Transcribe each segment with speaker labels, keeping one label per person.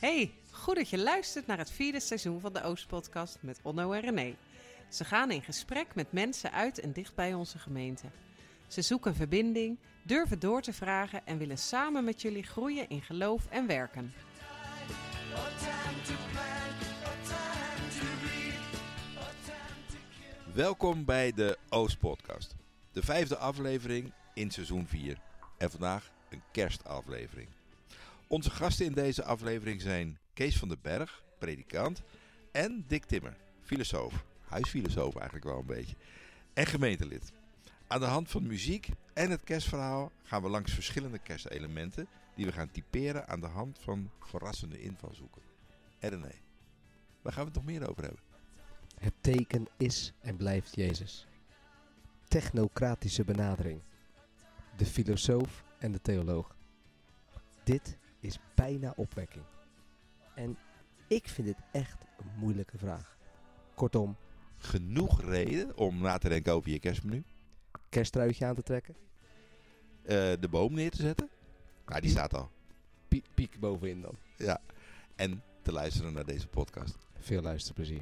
Speaker 1: Hey, goed dat je luistert naar het 4e seizoen van de Oostpodcast met Onno en René. Ze gaan in gesprek met mensen uit en dicht bij onze gemeente. Ze zoeken verbinding, durven door te vragen en willen samen met jullie groeien in geloof en werken.
Speaker 2: Welkom bij de Oostpodcast, de 5e aflevering in seizoen 4 en vandaag een kerstaflevering. Onze gasten in deze aflevering zijn Kees van den Berg, predikant, en Dick Timmer, filosoof, huisfilosoof eigenlijk wel een beetje, en gemeentelid. Aan de hand van muziek en het kerstverhaal gaan we langs verschillende kerstelementen die we gaan typeren aan de hand van verrassende invalshoeken. En René, waar gaan we het nog meer over hebben?
Speaker 3: Het teken is en blijft Jezus. Technocratische benadering. De filosoof en de theoloog. Dit is bijna opwekking. En ik vind dit echt een moeilijke vraag. Kortom,
Speaker 2: Genoeg reden om na te denken over je kerstmenu.
Speaker 3: kerstruitje aan te trekken.
Speaker 2: De boom neer te zetten. Nou, die staat al.
Speaker 3: Piek bovenin dan.
Speaker 2: Ja. En te luisteren naar deze podcast.
Speaker 3: Veel luisterplezier.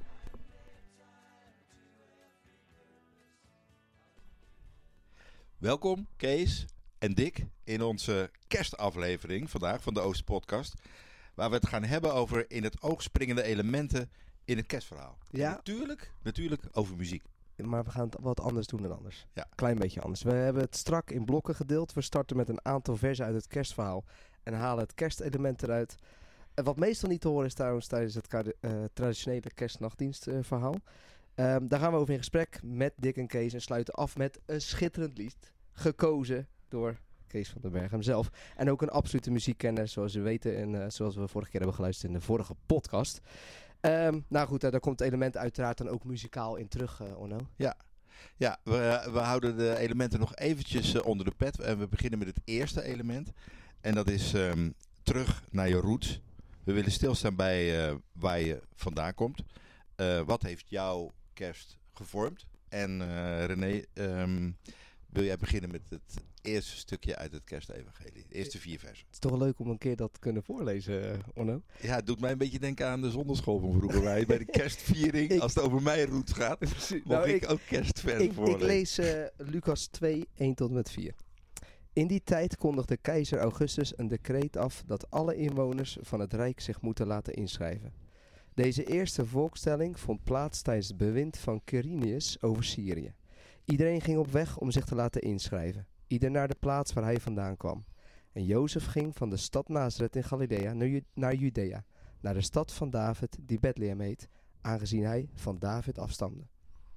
Speaker 2: Welkom Kees en Dick in onze kerstaflevering vandaag van de Oostpodcast. Waar we het gaan hebben over in het oog springende elementen in het kerstverhaal.
Speaker 3: Ja.
Speaker 2: En natuurlijk over muziek.
Speaker 3: Maar we gaan het wat anders doen dan anders.
Speaker 2: Ja.
Speaker 3: Klein beetje anders. We hebben het strak in blokken gedeeld. We starten met een aantal versen uit het kerstverhaal. En halen het kerstelement eruit. Wat meestal niet te horen is trouwens tijdens het traditionele kerstnachtdienstverhaal. Daar gaan we over in gesprek met Dick en Kees. En sluiten af met een schitterend lied. Gekozen door Kees van den Berg hemzelf. En ook een absolute muziekkenner zoals we weten. En zoals we vorige keer hebben geluisterd in de vorige podcast. Nou goed, daar komt het element uiteraard dan ook muzikaal in terug, Onno.
Speaker 2: Ja, we houden de elementen nog eventjes onder de pet. En we beginnen met het eerste element. En dat is terug naar je roots. We willen stilstaan bij waar je vandaan komt. Wat heeft jouw kerst gevormd? En René, wil jij beginnen met het eerste stukje uit het kerstevangelie? De eerste 4 versen.
Speaker 3: Het is toch leuk om een keer dat te kunnen voorlezen, Onno?
Speaker 2: Ja, het doet mij een beetje denken aan de zondagschool van vroeger. Bij de kerstviering, als het over mijn roots gaat, mag ik ook kerstversen voorlezen.
Speaker 3: Ik lees Lucas 2, 1 tot en met 4. In die tijd kondigde keizer Augustus een decreet af dat alle inwoners van het rijk zich moeten laten inschrijven. Deze eerste volkstelling vond plaats tijdens het bewind van Quirinius over Syrië. Iedereen ging op weg om zich te laten inschrijven, ieder naar de plaats waar hij vandaan kwam. En Jozef ging van de stad Nazareth in Galilea naar Judea, naar de stad van David die Bethlehem heet, aangezien hij van David afstamde.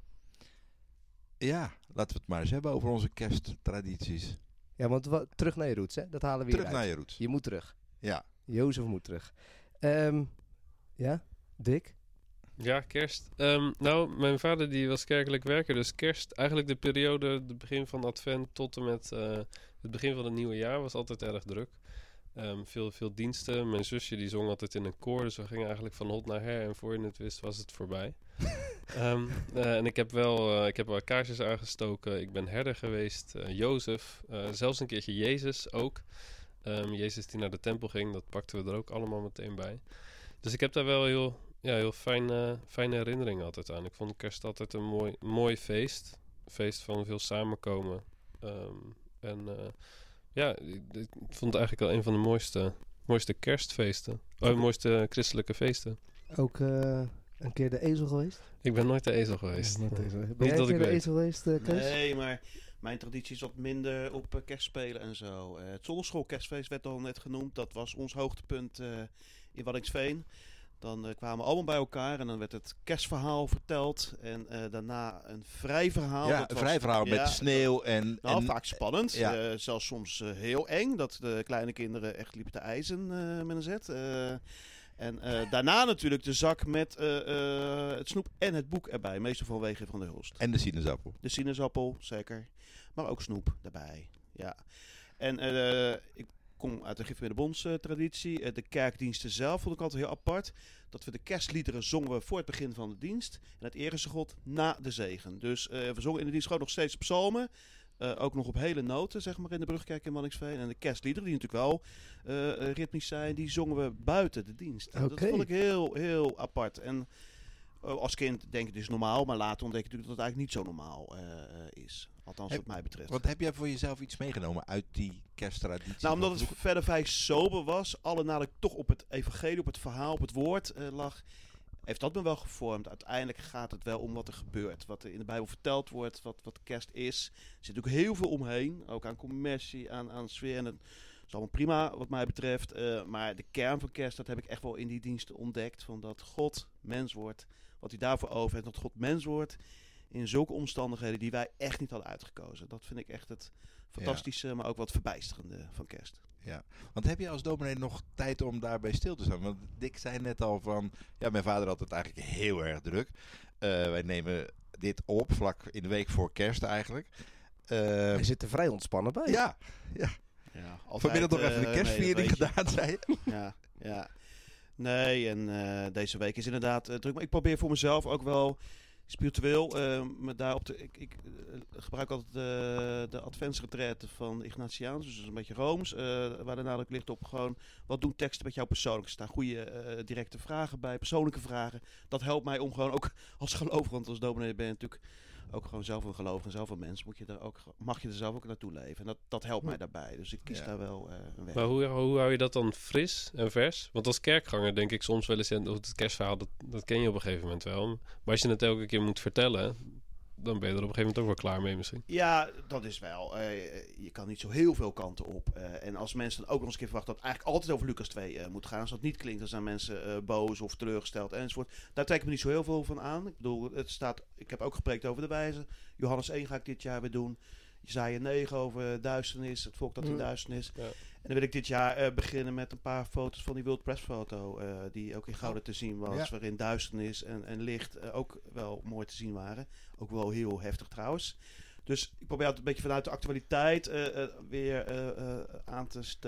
Speaker 2: Ja, laten we het maar eens hebben over onze kersttradities.
Speaker 3: Ja, want terug naar je roots, hè? Dat halen we
Speaker 2: Terug
Speaker 3: hieruit.
Speaker 2: naar je roots.
Speaker 3: Je moet terug.
Speaker 2: Ja.
Speaker 3: Jozef moet terug. Ja, Dick?
Speaker 4: Ja, kerst. Nou, mijn vader die was kerkelijk werker, dus kerst, eigenlijk de periode, het begin van Advent tot en met het begin van het nieuwe jaar was altijd erg druk. Veel diensten. Mijn zusje die zong altijd in een koor, dus we gingen eigenlijk van hot naar her en voor je het wist was het voorbij. En ik heb wel kaarsjes aangestoken, ik ben herder geweest, Jozef, zelfs een keertje Jezus ook. Jezus die naar de tempel ging, dat pakten we er ook allemaal meteen bij. Dus ik heb daar wel heel fijne herinneringen altijd aan. Ik vond kerst altijd een mooi feest. Een feest van veel samenkomen. Ik vond het eigenlijk wel een van de mooiste kerstfeesten. Mooiste christelijke feesten.
Speaker 3: Ook een keer de ezel geweest?
Speaker 4: Ik ben nooit de ezel geweest.
Speaker 3: Ben jij
Speaker 4: Niet
Speaker 3: een
Speaker 4: dat
Speaker 3: keer
Speaker 4: ik
Speaker 3: de
Speaker 4: weet.
Speaker 3: ezel geweest, Kees?
Speaker 5: Nee, maar mijn traditie is wat minder op kerstspelen en zo. Het zondagschool kerstfeest werd al net genoemd. Dat was ons hoogtepunt in Waddinxveen. Dan kwamen we allemaal bij elkaar en dan werd het kerstverhaal verteld. En daarna een vrij verhaal.
Speaker 2: Ja,
Speaker 5: Dat
Speaker 2: een
Speaker 5: was,
Speaker 2: vrij verhaal met sneeuw en...
Speaker 5: vaak spannend.
Speaker 2: Ja.
Speaker 5: Zelfs soms heel eng. Dat de kleine kinderen echt liepen te ijzen met een zet. Daarna natuurlijk de zak met het snoep en het boek erbij. Meestal vanwege van de Hulst.
Speaker 2: En de sinaasappel.
Speaker 5: De sinaasappel, zeker. Maar ook snoep erbij. Ja. En ik kom uit de Gifmiddenbonds traditie. De kerkdiensten zelf vond ik altijd heel apart. Dat we de kerstliederen zongen we voor het begin van de dienst. En het ere ze God na de zegen. Dus we zongen in de dienst gewoon nog steeds psalmen. ook nog op hele noten, zeg maar, in de Brugkerk in Waddinxveen. En de kerstliederen, die natuurlijk wel ritmisch zijn, die zongen we buiten de dienst.
Speaker 3: Oké.
Speaker 5: Dat vond ik heel, heel apart. En als kind denk ik dus normaal, maar later ontdek ik natuurlijk dat het eigenlijk niet zo normaal is. Althans, wat mij betreft.
Speaker 2: Want heb jij voor jezelf iets meegenomen uit die kersttraditie?
Speaker 5: Nou, omdat
Speaker 2: van
Speaker 5: het
Speaker 2: vroeger?
Speaker 5: verder vrij sober was, alle nadruk toch op het evangelie, op het verhaal, op het woord lag, heeft dat me wel gevormd. Uiteindelijk gaat het wel om wat er gebeurt. Wat er in de Bijbel verteld wordt, wat kerst is. Er zit natuurlijk heel veel omheen. Ook aan commercie, aan sfeer. En het is allemaal prima wat mij betreft. Maar de kern van kerst, dat heb ik echt wel in die diensten ontdekt. Van dat God mens wordt. Wat hij daarvoor over heeft. Dat God mens wordt in zulke omstandigheden die wij echt niet hadden uitgekozen. Dat vind ik echt het fantastische, maar ook wat verbijsterende van kerst.
Speaker 2: Ja, want heb je als dominee nog tijd om daarbij stil te staan? Want Dick zei net al van, ja, mijn vader had het eigenlijk heel erg druk. Wij nemen dit op, vlak in de week voor kerst eigenlijk.
Speaker 3: Hij zit er vrij ontspannen bij.
Speaker 2: Ja,
Speaker 5: Ja,
Speaker 2: vanmiddag nog even de kerstviering gedaan, zei je.
Speaker 5: Ja. Nee, en deze week is inderdaad druk. Maar ik probeer voor mezelf ook wel spiritueel me daarop te... Ik gebruik altijd de adventsretraite van Ignatiaans, dus een beetje Rooms, waar de nadruk ligt op gewoon, wat doen teksten met jou persoonlijk? Er staan goede directe vragen bij, persoonlijke vragen. Dat helpt mij om gewoon ook als gelovige, want als dominee ben je natuurlijk ook gewoon zelf een gelovige en zelf een mens, mag je er zelf ook naartoe leven. En dat helpt mij daarbij, dus ik kies daar wel een weg.
Speaker 4: Maar hoe hou je dat dan fris en vers? Want als kerkganger denk ik soms wel eens, en het kerstverhaal, dat ken je op een gegeven moment wel. Maar als je het elke keer moet vertellen, dan ben je er op een gegeven moment ook wel klaar mee misschien.
Speaker 5: Ja, dat is wel. Je kan niet zo heel veel kanten op. En als mensen dan ook nog eens een keer verwachten dat het eigenlijk altijd over Lucas 2 moet gaan. Als dat niet klinkt, dan zijn mensen boos of teleurgesteld enzovoort. Daar trek ik me niet zo heel veel van aan. Ik bedoel, ik heb ook gepreekt over de wijze. Johannes 1 ga ik dit jaar weer doen. Jesaja 9 over duisternis, het volk dat in duisternis.
Speaker 4: Ja.
Speaker 5: En dan wil ik dit jaar beginnen met een paar foto's van die World Press foto. Die ook in gouden te zien was.
Speaker 2: Ja.
Speaker 5: Waarin duisternis en licht ook wel mooi te zien waren. Ook wel heel heftig trouwens. Dus ik probeer altijd een beetje vanuit de actualiteit weer aan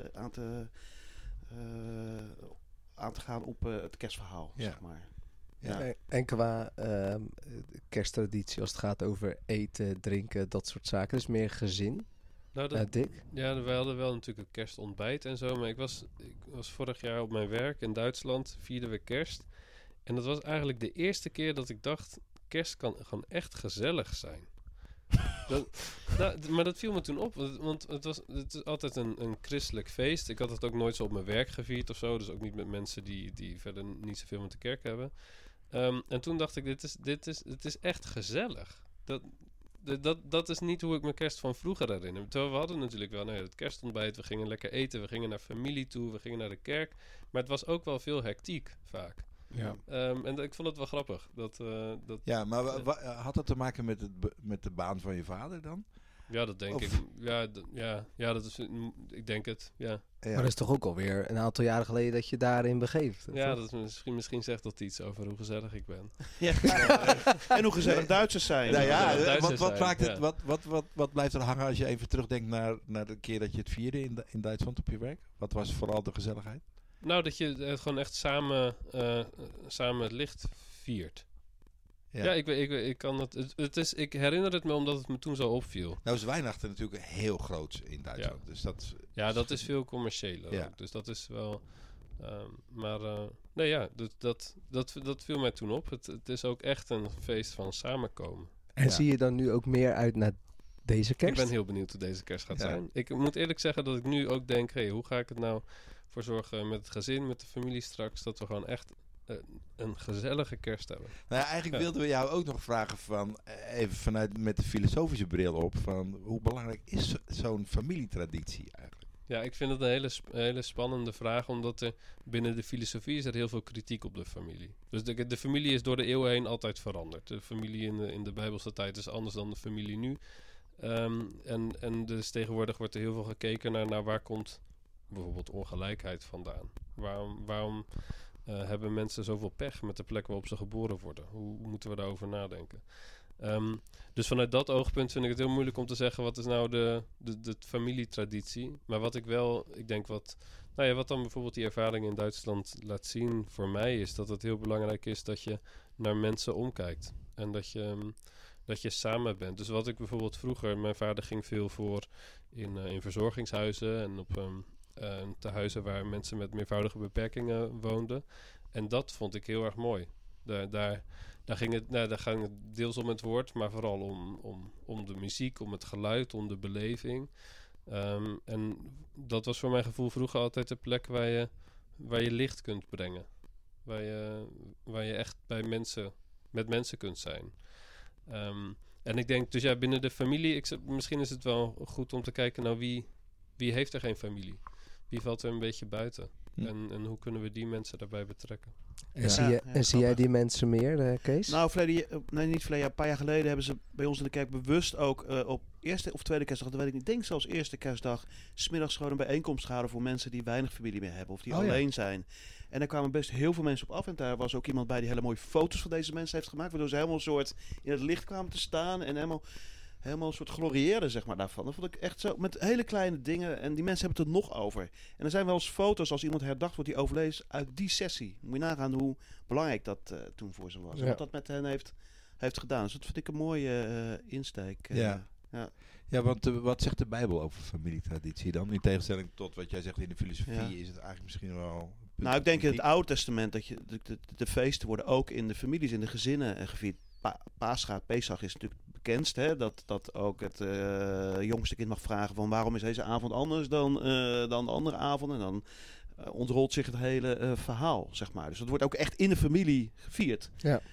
Speaker 5: te gaan op het kerstverhaal,
Speaker 2: Ja.
Speaker 5: zeg maar.
Speaker 2: Ja.
Speaker 3: En qua kersttraditie, als het gaat over eten, drinken, dat soort zaken. Dus meer gezin.
Speaker 4: Nou,
Speaker 3: Dick?
Speaker 4: ja, we hadden wel natuurlijk een kerstontbijt en zo. Maar ik was vorig jaar op mijn werk in Duitsland, vierden we kerst. En dat was eigenlijk de eerste keer dat ik dacht, kerst kan gewoon echt gezellig zijn. Maar dat viel me toen op, want het is altijd een christelijk feest. Ik had het ook nooit zo op mijn werk gevierd of zo. Dus ook niet met mensen die verder niet zoveel met de kerk hebben. En toen dacht ik, het is echt gezellig. Dat is niet hoe ik mijn kerst van vroeger herinner. Terwijl we hadden natuurlijk wel het kerstontbijt. We gingen lekker eten, we gingen naar familie toe, we gingen naar de kerk. Maar het was ook wel veel hectiek vaak.
Speaker 3: Ja.
Speaker 4: En ik vond het wel grappig.
Speaker 2: Ja, maar had dat te maken met de baan van je vader dan?
Speaker 4: Ja, dat denk
Speaker 2: Of-
Speaker 4: ik. Ja, dat is, ik denk het, ja.
Speaker 2: Ja.
Speaker 3: Maar dat is toch ook alweer een aantal jaren geleden dat je daarin begeeft.
Speaker 4: Ja,
Speaker 3: toch?
Speaker 4: dat is misschien zegt dat iets over hoe gezellig ik ben.
Speaker 5: En hoe gezellig Duitsers zijn.
Speaker 2: Nou ja,
Speaker 4: Duitsers
Speaker 2: wat
Speaker 4: zijn,
Speaker 2: maakt het,
Speaker 4: ja.
Speaker 2: wat blijft er hangen als je even terugdenkt naar de keer dat je het vierde in Duitsland op je werk? Wat was vooral de gezelligheid?
Speaker 4: Nou, dat je het gewoon echt samen het licht viert. Ja, ik kan het. Ik herinner het me omdat het me toen zo opviel.
Speaker 2: Nou is Weihnachten natuurlijk heel groot in Duitsland. Dus dat...
Speaker 4: Ja, dat is veel commerciëler
Speaker 2: Ja.
Speaker 4: ook. Dus dat is wel... nee ja, dat viel mij toen op. Het is ook echt een feest van samenkomen.
Speaker 3: En
Speaker 2: Ja.
Speaker 3: zie je dan nu ook meer uit naar deze kerst?
Speaker 4: Ik ben heel benieuwd hoe deze kerst gaat
Speaker 2: Ja.
Speaker 4: zijn. Ik moet eerlijk zeggen dat ik nu ook denk... hoe ga ik het nou voor zorgen met het gezin, met de familie straks... dat we gewoon echt een gezellige kerst hebben.
Speaker 2: Nou ja, eigenlijk
Speaker 4: Ja.
Speaker 2: wilden we jou ook nog vragen van... even vanuit met de filosofische bril op... van hoe belangrijk is zo'n familietraditie eigenlijk?
Speaker 4: Ja, ik vind het een hele spannende vraag, omdat er binnen de filosofie is er heel veel kritiek op de familie. Dus de familie is door de eeuwen heen altijd veranderd. De familie in de Bijbelse tijd is anders dan de familie nu. En dus tegenwoordig wordt er heel veel gekeken naar waar komt bijvoorbeeld ongelijkheid vandaan. Waarom hebben mensen zoveel pech met de plek waarop ze geboren worden? Hoe moeten we daarover nadenken? Dus vanuit dat oogpunt vind ik het heel moeilijk om te zeggen wat is nou de familietraditie. Maar wat ik denk wat dan bijvoorbeeld die ervaring in Duitsland laat zien voor mij is dat het heel belangrijk is dat je naar mensen omkijkt. En dat dat je samen bent. Dus wat ik bijvoorbeeld vroeger, mijn vader ging veel voor in verzorgingshuizen en op tehuizen waar mensen met meervoudige beperkingen woonden. En dat vond ik heel erg mooi. Daar ging het deels om het woord, maar vooral om de muziek, om het geluid, om de beleving. En dat was voor mijn gevoel vroeger altijd de plek waar je licht kunt brengen. Waar je echt met mensen kunt zijn. En ik denk, dus binnen de familie, misschien is het wel goed om te kijken naar wie heeft er geen familie? Wie valt er een beetje buiten? En hoe kunnen we die mensen daarbij betrekken?
Speaker 3: En zie jij die mensen meer, Kees?
Speaker 5: Nou, een paar jaar geleden hebben ze bij ons in de kerk bewust ook op eerste of tweede kerstdag, dat weet ik niet, denk zelfs eerste kerstdag, 's middags gewoon een bijeenkomst gehouden voor mensen die weinig familie meer hebben of die alleen zijn. En daar kwamen best heel veel mensen op af. En daar was ook iemand bij die hele mooie foto's van deze mensen heeft gemaakt, waardoor ze helemaal een soort in het licht kwamen te staan en helemaal een soort glorieerden, zeg maar, daarvan. Dat vond ik echt zo, met hele kleine dingen. En die mensen hebben het er nog over. En er zijn wel eens foto's als iemand herdacht wordt die overleed is uit die sessie. Moet je nagaan hoe belangrijk dat toen voor ze was. En wat dat met hen heeft gedaan. Dus dat vind ik een mooie insteek.
Speaker 2: Ja, want wat zegt de Bijbel over familietraditie dan? In tegenstelling tot wat jij zegt in de filosofie is het eigenlijk misschien wel...
Speaker 5: Nou, ik denk in het Oude Testament dat de feesten worden ook in de families, in de gezinnen gevierd. Pesach is natuurlijk bekendst, hè? Dat ook het jongste kind mag vragen van waarom is deze avond anders dan de andere avond. En dan ontrolt zich het hele verhaal, zeg maar. Dus dat wordt ook echt in de familie gevierd.
Speaker 3: Ja.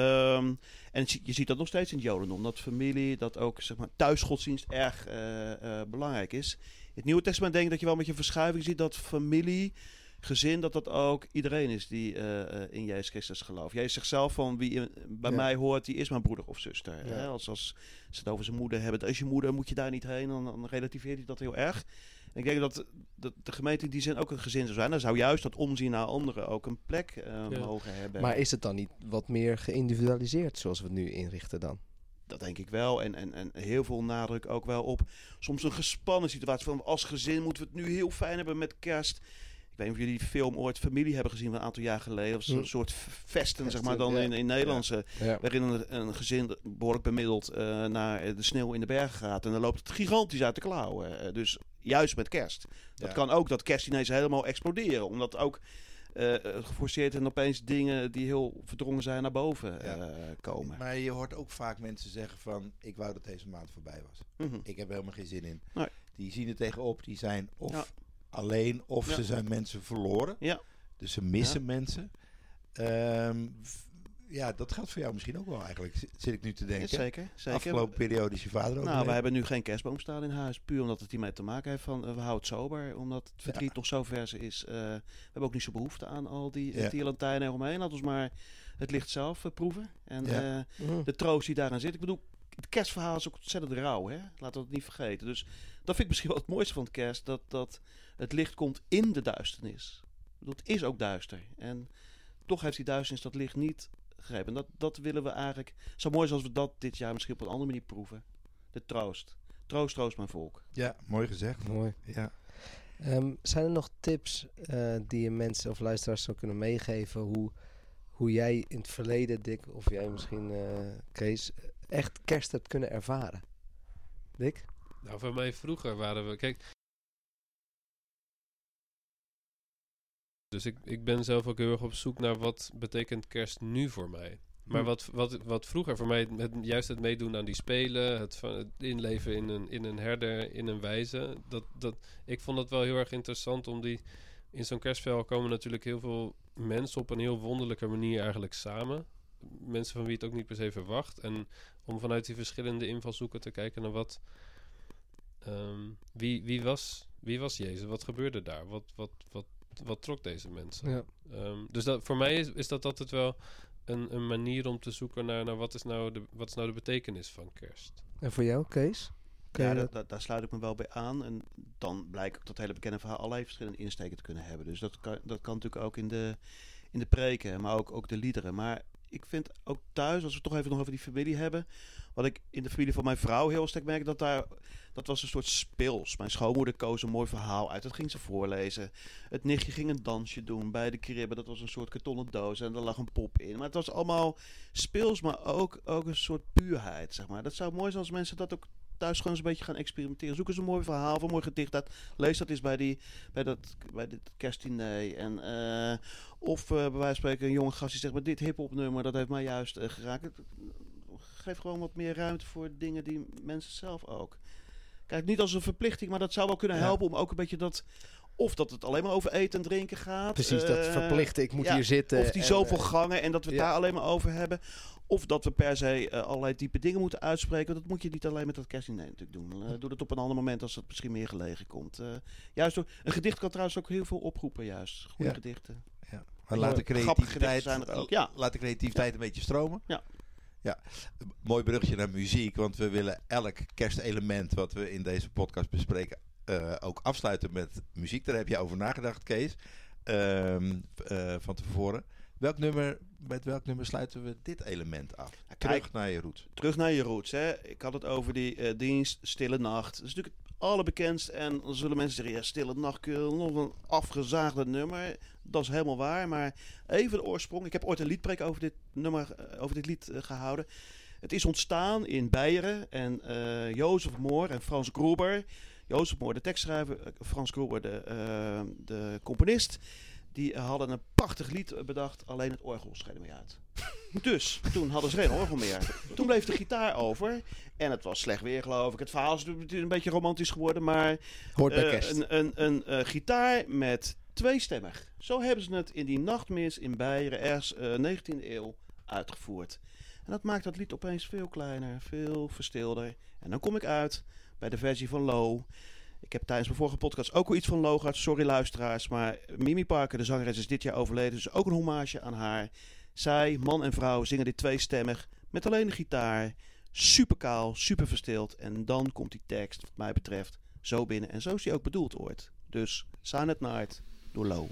Speaker 5: En je ziet dat nog steeds in het Jodendom. Dat familie, dat ook zeg maar thuisgodsdienst erg belangrijk is. In het Nieuwe Testament denk ik dat je wel met je verschuiving ziet dat familie, gezin, dat ook iedereen is die in Jezus Christus gelooft. Jezus zegt zelf van wie bij mij hoort, die is mijn broeder of zuster. Ja. Hè? Als ze het over zijn moeder hebben, is je moeder, moet je daar niet heen. Dan relativeert hij dat heel erg. En ik denk dat de gemeente in die zin ook een gezin zou zijn. Dan zou juist dat omzien naar anderen ook een plek mogen hebben.
Speaker 3: Maar is het dan niet wat meer geïndividualiseerd zoals we het nu inrichten dan?
Speaker 5: Dat denk ik wel. En heel veel nadruk ook wel op soms een gespannen situatie. Van als gezin moeten we het nu heel fijn hebben met kerst. Ik weet niet of jullie die film ooit Familie hebben gezien van een aantal jaar geleden. Of zo'n soort vesten, zeg maar, dan in Nederlandse. Ja. Waarin een gezin behoorlijk bemiddeld naar de sneeuw in de bergen gaat. En dan loopt het gigantisch uit de klauwen. Dus juist met kerst. Dat kan ook dat kerstdiners helemaal exploderen. Omdat ook geforceerd en opeens dingen die heel verdrongen zijn naar boven komen.
Speaker 2: Maar je hoort ook vaak mensen zeggen van ik wou dat deze maand voorbij was.
Speaker 5: Mm-hmm.
Speaker 2: Ik heb helemaal geen zin in.
Speaker 5: Nee.
Speaker 2: Die zien er tegenop. Die zijn of alleen of ze zijn mensen verloren.
Speaker 5: Ja.
Speaker 2: Dus ze missen mensen. Dat geldt voor jou misschien ook wel eigenlijk. Zit ik nu te denken.
Speaker 5: Ja, zeker.
Speaker 2: Afgelopen periode is je vader ook.
Speaker 5: Nou, we hebben nu geen kerstboom staan in huis. Puur omdat het hiermee te maken heeft van we houden het sober. Omdat het verdriet nog zo vers is. We hebben ook niet zo behoefte aan al die tierlantijnen eromheen. Laten we maar het licht zelf proeven. En de troost die daaraan zit. Ik bedoel, het kerstverhaal is ook ontzettend rauw. Hè? Laten we het niet vergeten. Dus dat vind ik misschien wel het mooiste van het kerst. Dat het licht komt in de duisternis. Dat is ook duister. En toch heeft die duisternis dat licht niet gegrepen. En dat willen we eigenlijk. Zo mooi als we dat dit jaar misschien op een andere manier proeven. De troost. Troost mijn volk.
Speaker 2: Ja, mooi gezegd.
Speaker 3: Mooi.
Speaker 2: Ja.
Speaker 3: Zijn er nog tips die je mensen of luisteraars zou kunnen meegeven hoe jij in het verleden, Dick, of jij misschien, Kees, echt kerst hebt kunnen ervaren? Dick?
Speaker 4: Nou, voor mij vroeger waren we... Kijk... Dus ik ben zelf ook heel erg op zoek naar wat betekent kerst nu voor mij. Maar wat vroeger voor mij, juist het meedoen aan die spelen, het inleven in een herder, in een wijze, ik vond dat wel heel erg interessant om in zo'n kerstspel komen natuurlijk heel veel mensen op een heel wonderlijke manier eigenlijk samen. Mensen van wie het ook niet per se verwacht. En om vanuit die verschillende invalshoeken te kijken naar wie was Jezus? Wat gebeurde daar? Wat trok deze mensen? Ja. Dus voor mij is dat altijd wel een manier om te zoeken naar wat is nou de betekenis van kerst.
Speaker 3: En voor jou, Kees?
Speaker 5: Ja, daar sluit ik me wel bij aan. En dan blijkt dat hele bekende verhaal allerlei verschillende insteken te kunnen hebben. Dus dat kan natuurlijk ook in de preken, maar ook de liederen. Maar ik vind ook thuis, als we het toch even nog over die familie hebben. Wat ik in de familie van mijn vrouw heel sterk merk, dat was een soort speels. Mijn schoonmoeder koos een mooi verhaal uit. Dat ging ze voorlezen. Het nichtje ging een dansje doen bij de kribben. Dat was een soort kartonnen doos en er lag een pop in. Maar het was allemaal speels, maar ook een soort puurheid, zeg maar. Dat zou mooi zijn als mensen dat ook thuis gewoon eens een beetje gaan experimenteren. Zoek eens een mooi verhaal of een mooi gedicht uit. Lees dat eens bij dit kerstdiner. En, of bij wijze van spreken een jonge gast die zegt, maar dit hiphop nummer, dat heeft mij juist geraakt. Geef gewoon wat meer ruimte voor dingen die mensen zelf ook. Kijk, niet als een verplichting, maar dat zou wel kunnen helpen om ook een beetje dat... Of dat het alleen maar over eten en drinken gaat.
Speaker 3: Precies, dat verplichten, ik moet hier zitten.
Speaker 5: Of die zoveel gangen en dat we het daar alleen maar over hebben. Of dat we per se allerlei type dingen moeten uitspreken. Dat moet je niet alleen met dat kerstdiner natuurlijk doen. Doe dat op een ander moment als het misschien meer gelegen komt. Juist door, een gedicht kan trouwens ook heel veel oproepen, juist. Goede gedichten.
Speaker 2: Ja. Maar laat de creativiteit een beetje stromen. Ja, mooi bruggetje naar muziek, want we willen elk kerstelement wat we in deze podcast bespreken ook afsluiten met muziek. Daar heb je over nagedacht, Kees, van tevoren. Met welk nummer sluiten we dit element af? Terug naar je roots.
Speaker 5: Terug naar je roots, hè. Ik had het over die dienst Stille Nacht. Dat is natuurlijk het allerbekendst. En dan zullen mensen zeggen, ja, Stille Nacht, nog een afgezaagde nummer. Dat is helemaal waar, maar even de oorsprong. Ik heb ooit een liedpreek over dit nummer, over dit lied gehouden. Het is ontstaan in Beieren en Jozef Mohr en Frans Gruber. Jozef Mohr, de tekstschrijver, Frans Gruber, de componist. Die hadden een prachtig lied bedacht, alleen het orgel scheen mee uit. Dus toen hadden ze geen orgel meer. Toen bleef de gitaar over. En het was slecht weer, geloof ik. Het verhaal is een beetje romantisch geworden, maar
Speaker 3: hoort bij kerst.
Speaker 5: Een gitaar met tweestemmig. Zo hebben ze het in die nachtmis in Beieren, ergens 19e eeuw, uitgevoerd. En dat maakt dat lied opeens veel kleiner, veel verstilder. En dan kom ik uit bij de versie van Low. Ik heb tijdens mijn vorige podcast ook al iets van Low gehad. Sorry luisteraars, maar Mimi Parker, de zangeres, is dit jaar overleden. Dus ook een hommage aan haar. Zij, man en vrouw, zingen dit tweestemmig met alleen de gitaar. Super kaal, super verstild. En dan komt die tekst, wat mij betreft, zo binnen. En zo is die ook bedoeld ooit. Dus Silent Night door Low.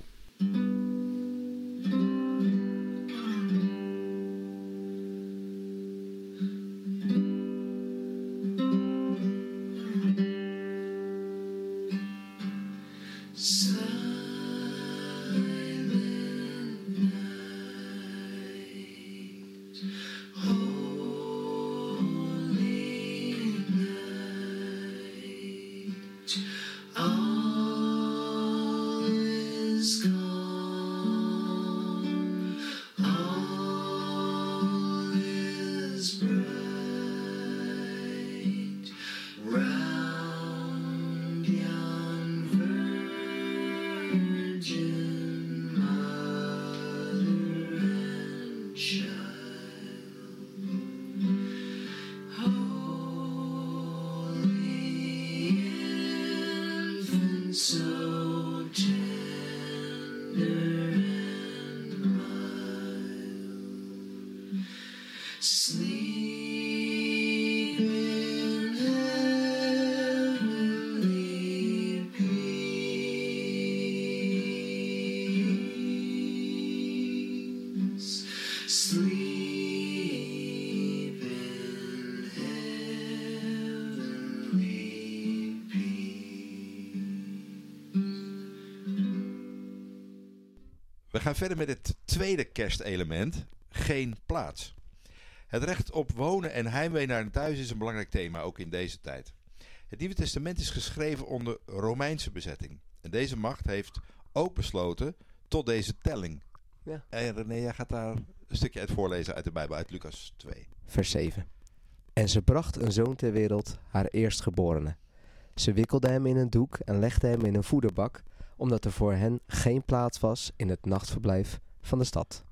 Speaker 2: We gaan verder met het tweede kerstelement, geen plaats. Het recht op wonen en heimwee naar een thuis is een belangrijk thema, ook in deze tijd. Het Nieuwe Testament is geschreven onder Romeinse bezetting. En deze macht heeft ook besloten tot deze telling.
Speaker 3: Ja.
Speaker 2: En René, jij gaat daar een stukje uit voorlezen uit de Bijbel, uit Lucas 2.
Speaker 3: Vers 7. En ze bracht een zoon ter wereld, haar eerstgeborene. Ze wikkelde hem in een doek en legde hem in een voederbak, omdat er voor hen geen plaats was in het nachtverblijf van de stad.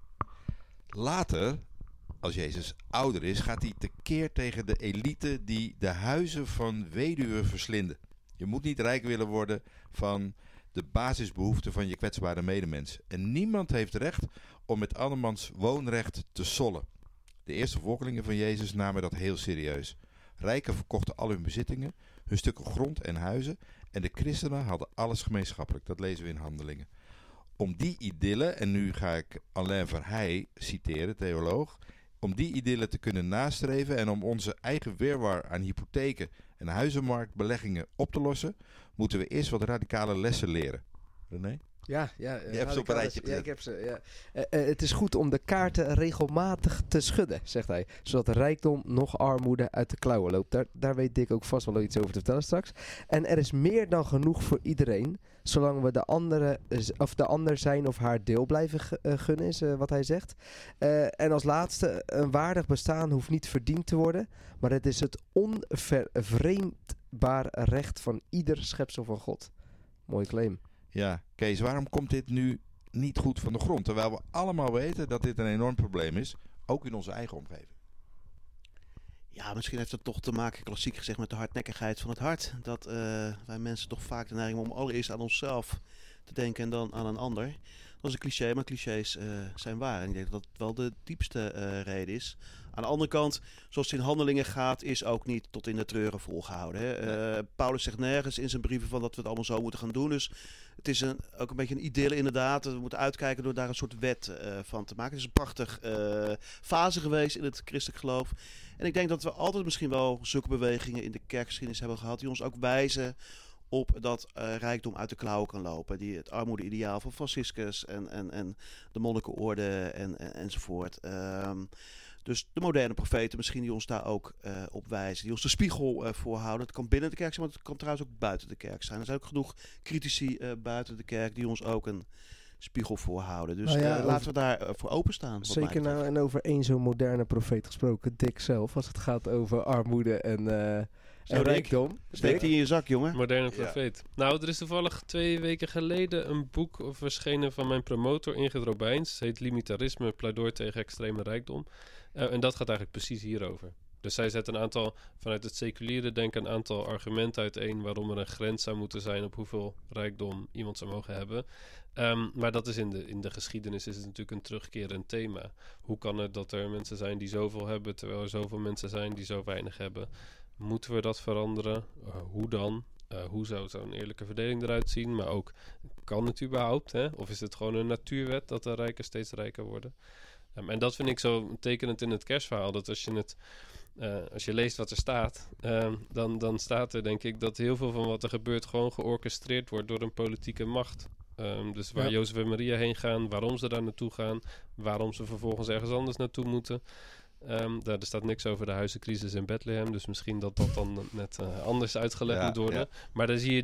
Speaker 2: Later, als Jezus ouder is, gaat hij tekeer tegen de elite die de huizen van weduwen verslinden. Je moet niet rijk willen worden van de basisbehoeften van je kwetsbare medemens. En niemand heeft recht om met andermans woonrecht te sollen. De eerste volgelingen van Jezus namen dat heel serieus. Rijken verkochten al hun bezittingen, hun stukken grond en huizen. En de christenen hadden alles gemeenschappelijk. Dat lezen we in Handelingen. om die idylle, en nu ga ik Alain Verheij citeren, theoloog, om die idylle te kunnen nastreven en om onze eigen wirwar aan hypotheken en huizenmarktbeleggingen op te lossen, moeten we eerst wat radicale lessen leren. René?
Speaker 3: Ja,
Speaker 2: Je hebt ze op een rijtje
Speaker 3: Ja,
Speaker 2: gezet.
Speaker 3: ik heb ze. Ja. Het is goed om de kaarten regelmatig te schudden, zegt hij. Zodat de rijkdom nog armoede uit de klauwen loopt. Daar weet Dick ook vast wel iets over te vertellen straks. En er is meer dan genoeg voor iedereen. Zolang we de ander zijn of haar deel blijven gunnen, is wat hij zegt. En als laatste, een waardig bestaan hoeft niet verdiend te worden. Maar het is het onvervreemdbaar recht van ieder schepsel van God. Mooi claim.
Speaker 2: Ja, Kees, waarom komt dit nu niet goed van de grond? Terwijl we allemaal weten dat dit een enorm probleem is, ook in onze eigen omgeving.
Speaker 5: Ja, misschien heeft het toch te maken, klassiek gezegd, met de hardnekkigheid van het hart. Dat wij mensen toch vaak de neiging hebben om allereerst aan onszelf te denken en dan aan een ander. Dat is een cliché, maar clichés zijn waar. En ik denk dat dat wel de diepste reden is. Aan de andere kant, zoals het in handelingen gaat, is ook niet tot in de treuren volgehouden. Hè? Paulus zegt nergens in zijn brieven van dat we het allemaal zo moeten gaan doen. Dus het is ook een beetje een idylle inderdaad. We moeten uitkijken door daar een soort wet van te maken. Het is een prachtig fase geweest in het christelijk geloof. En ik denk dat we altijd misschien wel zulke bewegingen in de kerkgeschiedenis hebben gehad die ons ook wijzen op dat rijkdom uit de klauwen kan lopen. Het armoede-ideaal van Franciscus en de monnikenorde enzovoort. Dus de moderne profeten misschien die ons daar ook op wijzen. Die ons de spiegel voorhouden. Het kan binnen de kerk zijn, maar het kan trouwens ook buiten de kerk zijn. Er zijn ook genoeg critici buiten de kerk die ons ook een spiegel voorhouden. Dus laten we daar voor openstaan.
Speaker 3: Zeker nou en over één zo'n moderne profeet gesproken. Dick zelf, als het gaat over armoede en rijkdom.
Speaker 5: Steek die in je zak, jongen.
Speaker 4: Moderne profeet. Nou, er is toevallig 2 weken geleden een boek verschenen van mijn promotor Ingrid Robijns. Het heet Limitarisme, pleidooi tegen extreme rijkdom. En dat gaat eigenlijk precies hierover. Dus zij zet vanuit het seculiere denken een aantal argumenten uiteen waarom er een grens zou moeten zijn op hoeveel rijkdom iemand zou mogen hebben. Maar dat is in de geschiedenis is het natuurlijk een terugkerend thema. Hoe kan het dat er mensen zijn die zoveel hebben, terwijl er zoveel mensen zijn die zo weinig hebben? Moeten we dat veranderen? Hoe dan? Hoe zou zo'n eerlijke verdeling eruit zien? Maar ook, kan het überhaupt? Hè? Of is het gewoon een natuurwet dat de rijken steeds rijker worden? En dat vind ik zo tekenend in het kerstverhaal. Dat als je leest wat er staat, dan staat er denk ik dat heel veel van wat er gebeurt gewoon georchestreerd wordt door een politieke macht. Dus waar Jozef en Maria heen gaan, waarom ze daar naartoe gaan, waarom ze vervolgens ergens anders naartoe moeten. Er staat niks over de huizencrisis in Bethlehem, dus misschien dat dan net anders uitgelegd moet worden. Ja. Maar dan zie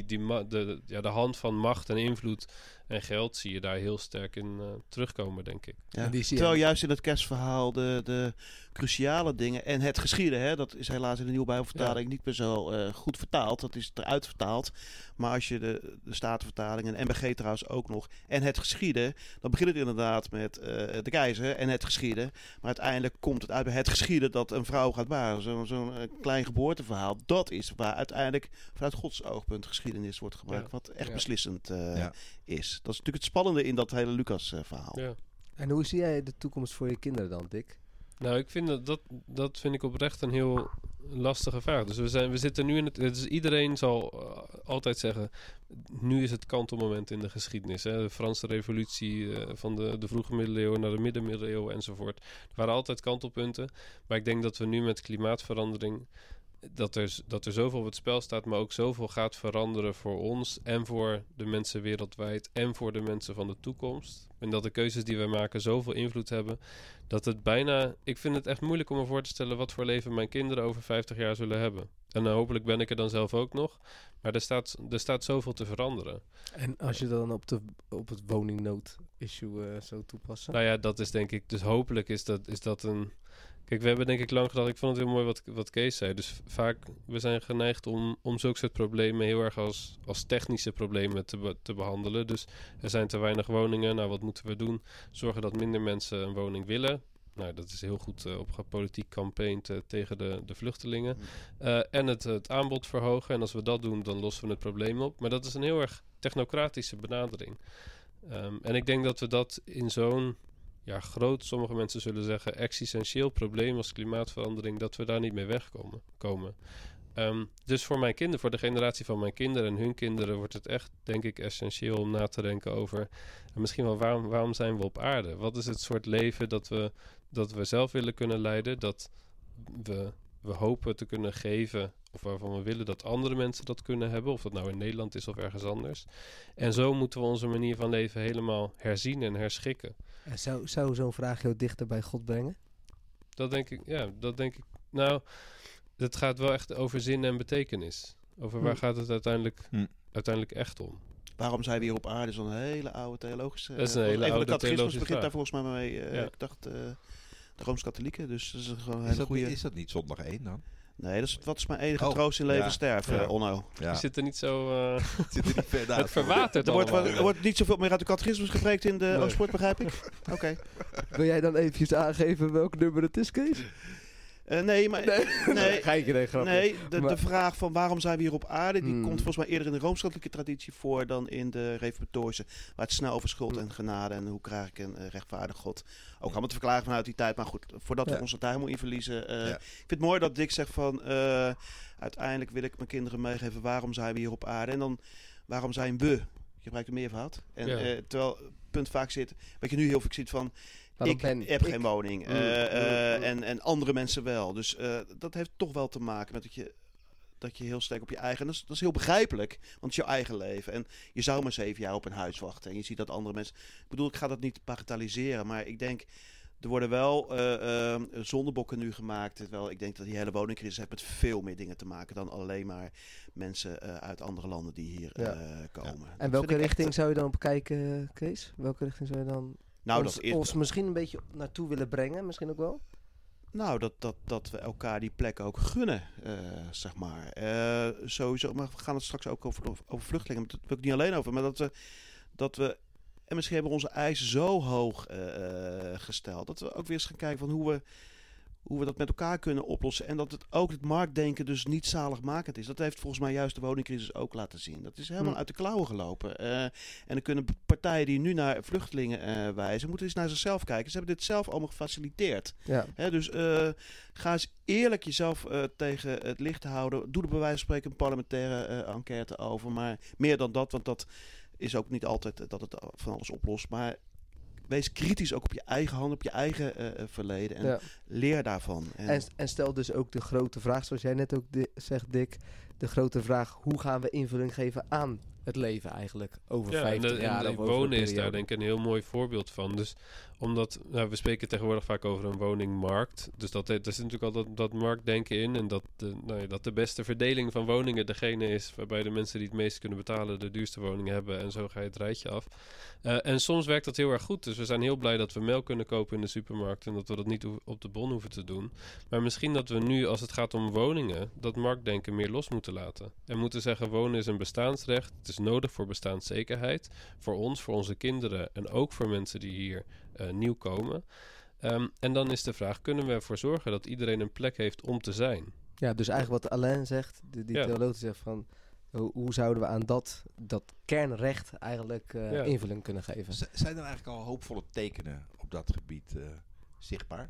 Speaker 4: je de hand van macht en invloed en geld zie je daar heel sterk in terugkomen, denk ik.
Speaker 5: Ja. Terwijl juist in het kerstverhaal de cruciale dingen en het geschieden, hè, dat is helaas in de nieuwe Bijbelvertaling niet meer zo goed vertaald. Dat is eruit vertaald. Maar als je de Statenvertaling en MBG trouwens ook nog en het geschieden, dan begint het inderdaad met de keizer en het geschieden. Maar uiteindelijk komt het uit bij het geschieden dat een vrouw gaat baren. Zo'n klein geboorteverhaal, dat is waar uiteindelijk vanuit Gods oogpunt geschiedenis wordt gebruikt. Wat echt beslissend is. Dat is natuurlijk het spannende in dat hele Lucas-verhaal.
Speaker 4: Ja.
Speaker 3: En hoe zie jij de toekomst voor je kinderen dan, Dick?
Speaker 4: Nou, ik vind dat vind ik oprecht een heel lastige vraag. Dus we zitten nu in het... Dus iedereen zal altijd zeggen, nu is het kantelmoment in de geschiedenis. Hè? De Franse revolutie van de vroege middeleeuwen naar de middenmiddeleeuwen enzovoort. Er waren altijd kantelpunten. Maar ik denk dat we nu met klimaatverandering... Dat er zoveel op het spel staat, maar ook zoveel gaat veranderen voor ons en voor de mensen wereldwijd en voor de mensen van de toekomst. En dat de keuzes die wij maken zoveel invloed hebben, dat het bijna... Ik vind het echt moeilijk om me voor te stellen wat voor leven mijn kinderen over 50 jaar zullen hebben. En hopelijk ben ik er dan zelf ook nog. Maar er staat zoveel te veranderen.
Speaker 3: En als je dan op het woningnood-issue zou toepassen?
Speaker 4: Nou ja, dat is denk ik... Dus hopelijk is dat een... Kijk, we hebben denk ik lang gedacht... Ik vond het heel mooi wat Kees zei. Dus vaak, we zijn geneigd om zulke soort problemen... heel erg als technische problemen te behandelen. Dus er zijn te weinig woningen. Nou, wat moeten we doen? Zorgen dat minder mensen een woning willen. Nou, dat is heel goed op politiek campagnet tegen de vluchtelingen. En het aanbod verhogen. En als we dat doen, dan lossen we het probleem op. Maar dat is een heel erg technocratische benadering. En ik denk dat we dat in zo'n... groot, sommige mensen zullen zeggen, existentieel probleem als klimaatverandering, dat we daar niet mee wegkomen. Dus voor mijn kinderen, voor de generatie van mijn kinderen en hun kinderen, wordt het echt, denk ik, essentieel om na te denken over misschien wel waarom zijn we op aarde? Wat is het soort leven dat we zelf willen kunnen leiden, dat we hopen te kunnen geven, of waarvan we willen dat andere mensen dat kunnen hebben, of dat nou in Nederland is of ergens anders. En zo moeten we onze manier van leven helemaal herzien en herschikken.
Speaker 3: En zou zo'n vraag jou dichter bij God brengen?
Speaker 4: Dat denk ik. Nou, het gaat wel echt over zin en betekenis. Over waar gaat het uiteindelijk echt om.
Speaker 5: Waarom zijn we hier op aarde? Is al een hele oude theologische...
Speaker 4: Dat is een hele oude
Speaker 5: de catechismus
Speaker 4: theologische
Speaker 5: begint daar
Speaker 4: vraag.
Speaker 5: volgens mij mee. Ik dacht de Rooms-Katholieken. Dus dat is gewoon een hele goede...
Speaker 2: Is dat niet zondag 1 dan?
Speaker 5: Nee, wat is mijn enige troost in leven
Speaker 2: ja.
Speaker 5: sterven,
Speaker 2: Ja.
Speaker 5: Onno.
Speaker 2: Ja.
Speaker 4: Je zit er niet zo...
Speaker 2: Zit er niet ver naast.
Speaker 4: het verwatert
Speaker 5: Er
Speaker 4: allemaal.
Speaker 5: wordt niet zoveel meer uit de catechismus gepreekt in de Oostpoort, begrijp ik? Oké.
Speaker 3: Wil jij dan eventjes aangeven welk nummer het is, Kees?
Speaker 5: Nee.
Speaker 3: Geintje, nee, grapje.
Speaker 5: Nee, de
Speaker 3: Maar-
Speaker 5: vraag van waarom zijn we hier op aarde, die
Speaker 3: Hmm.
Speaker 5: komt volgens mij eerder in de Rooms-Katholieke traditie voor dan in de Reformatorische, waar het snel over schuld en genade en hoe krijg ik een rechtvaardig God. Ook allemaal te verklaren vanuit die tijd, maar goed, voordat we ons er daar helemaal in verliezen. Ik vind het mooi dat Dick zegt van, uiteindelijk wil ik mijn kinderen meegeven, waarom zijn we hier op aarde? En dan, waarom zijn we? Je gebruikt een meervoud. En terwijl het punt vaak zit, wat je nu heel veel ziet van, ik heb geen woning en andere mensen wel. Dus dat heeft toch wel te maken met dat je heel sterk op je eigen... Dat is heel begrijpelijk, want het is jouw eigen leven. En je zou maar 7 jaar op een huis wachten. En je ziet dat andere mensen... Ik bedoel, ik ga dat niet bagatelliseren, maar ik denk... Er worden wel zondebokken nu gemaakt. Terwijl ik denk dat die hele woningcrisis heeft met veel meer dingen te maken dan alleen maar mensen uit andere landen die hier komen.
Speaker 3: En welke richting zou je dan op kijken, Kees? Welke richting zou je dan ons misschien een beetje naartoe willen brengen? Misschien ook wel?
Speaker 5: Nou, dat we elkaar die plek ook gunnen, zeg maar. Sowieso, maar we gaan het straks ook over vluchtelingen. Dat wil ik niet alleen over, maar dat we en misschien hebben we onze eisen zo hoog gesteld, dat we ook weer eens gaan kijken van hoe we dat met elkaar kunnen oplossen. En dat het marktdenken dus niet zaligmakend is. Dat heeft volgens mij juist de woningcrisis ook laten zien. Dat is helemaal uit de klauwen gelopen. En dan kunnen partijen die nu naar vluchtelingen wijzen, moeten eens naar zichzelf kijken. Ze hebben dit zelf allemaal gefaciliteerd.
Speaker 3: Ja.
Speaker 5: Dus ga eens eerlijk jezelf tegen het licht houden. Doe er bij wijze van spreken een parlementaire enquête over. Maar meer dan dat, want dat is ook niet altijd dat het van alles oplost. Maar wees kritisch ook op je eigen hand, op je eigen verleden. En leer daarvan.
Speaker 3: En stel dus ook de grote vraag, zoals jij net ook zegt, Dick. De grote vraag, hoe gaan we invulling geven aan het leven eigenlijk over 50 jaar?
Speaker 4: En wonen is daar denk ik een heel mooi voorbeeld van. Dus omdat, we spreken tegenwoordig vaak over een woningmarkt. Dus daar zit natuurlijk al dat marktdenken in. En dat de beste verdeling van woningen degene is waarbij de mensen die het meest kunnen betalen de duurste woningen hebben. En zo ga je het rijtje af. En soms werkt dat heel erg goed. Dus we zijn heel blij dat we melk kunnen kopen in de supermarkt. En dat we dat niet op de bon hoeven te doen. Maar misschien dat we nu, als het gaat om woningen, dat marktdenken meer los moeten laten. En moeten zeggen, wonen is een bestaansrecht. Het is nodig voor bestaanszekerheid. Voor ons, voor onze kinderen en ook voor mensen die hier nieuw komen. En dan is de vraag, kunnen we ervoor zorgen dat iedereen een plek heeft om te zijn?
Speaker 3: Ja, dus eigenlijk wat Alain zegt, die theoloog zegt van, hoe zouden we aan dat kernrecht eigenlijk invulling kunnen geven?
Speaker 2: Zijn er eigenlijk al hoopvolle tekenen op dat gebied zichtbaar?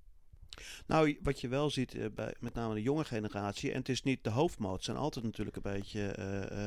Speaker 5: Nou, wat je wel ziet bij met name de jonge generatie, en het is niet de hoofdmoot, het zijn altijd natuurlijk een beetje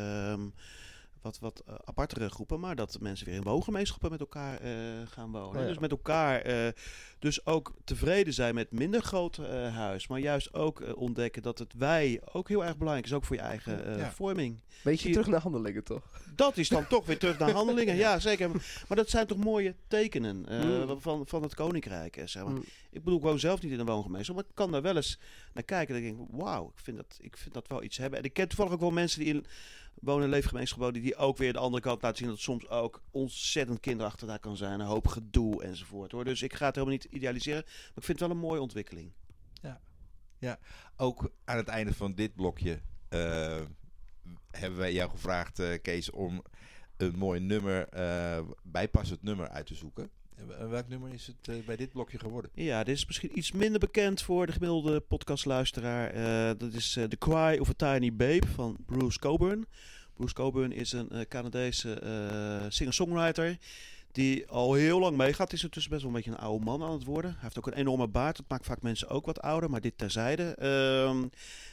Speaker 5: wat apartere groepen, maar dat mensen weer in woongemeenschappen met elkaar gaan wonen. Dus met elkaar dus ook tevreden zijn met minder groot huis, maar juist ook ontdekken dat het wij ook heel erg belangrijk is, ook voor je eigen vorming.
Speaker 3: Beetje terug naar handelingen, toch?
Speaker 5: Dat is dan toch weer terug naar handelingen, ja zeker. Maar dat zijn toch mooie tekenen van het koninkrijk, zeg maar. Ik bedoel, ik woon zelf niet in een woongemeenschap, maar ik kan daar wel eens naar kijken en denk ik, wauw, ik vind dat wel iets hebben. En ik ken toevallig ook wel mensen die in wonen- en leefgemeenschap die ook weer de andere kant laten zien, dat soms ook ontzettend kinderachtig daar kan zijn, een hoop gedoe enzovoort, hoor. Dus ik ga het helemaal niet idealiseren, maar ik vind het wel een mooie ontwikkeling.
Speaker 2: Ja. Ook aan het einde van dit blokje hebben wij jou gevraagd, Kees, om een mooi nummer, bijpassend nummer uit te zoeken. Welk nummer is het bij dit blokje geworden?
Speaker 5: Ja, dit is misschien iets minder bekend voor de gemiddelde podcastluisteraar. Dat is The Cry of a Tiny Babe van Bruce Cockburn. Bruce Cockburn is een Canadese singer-songwriter die al heel lang meegaat. Is intussen best wel een beetje een oude man aan het worden. Hij heeft ook een enorme baard. Dat maakt vaak mensen ook wat ouder, maar dit terzijde.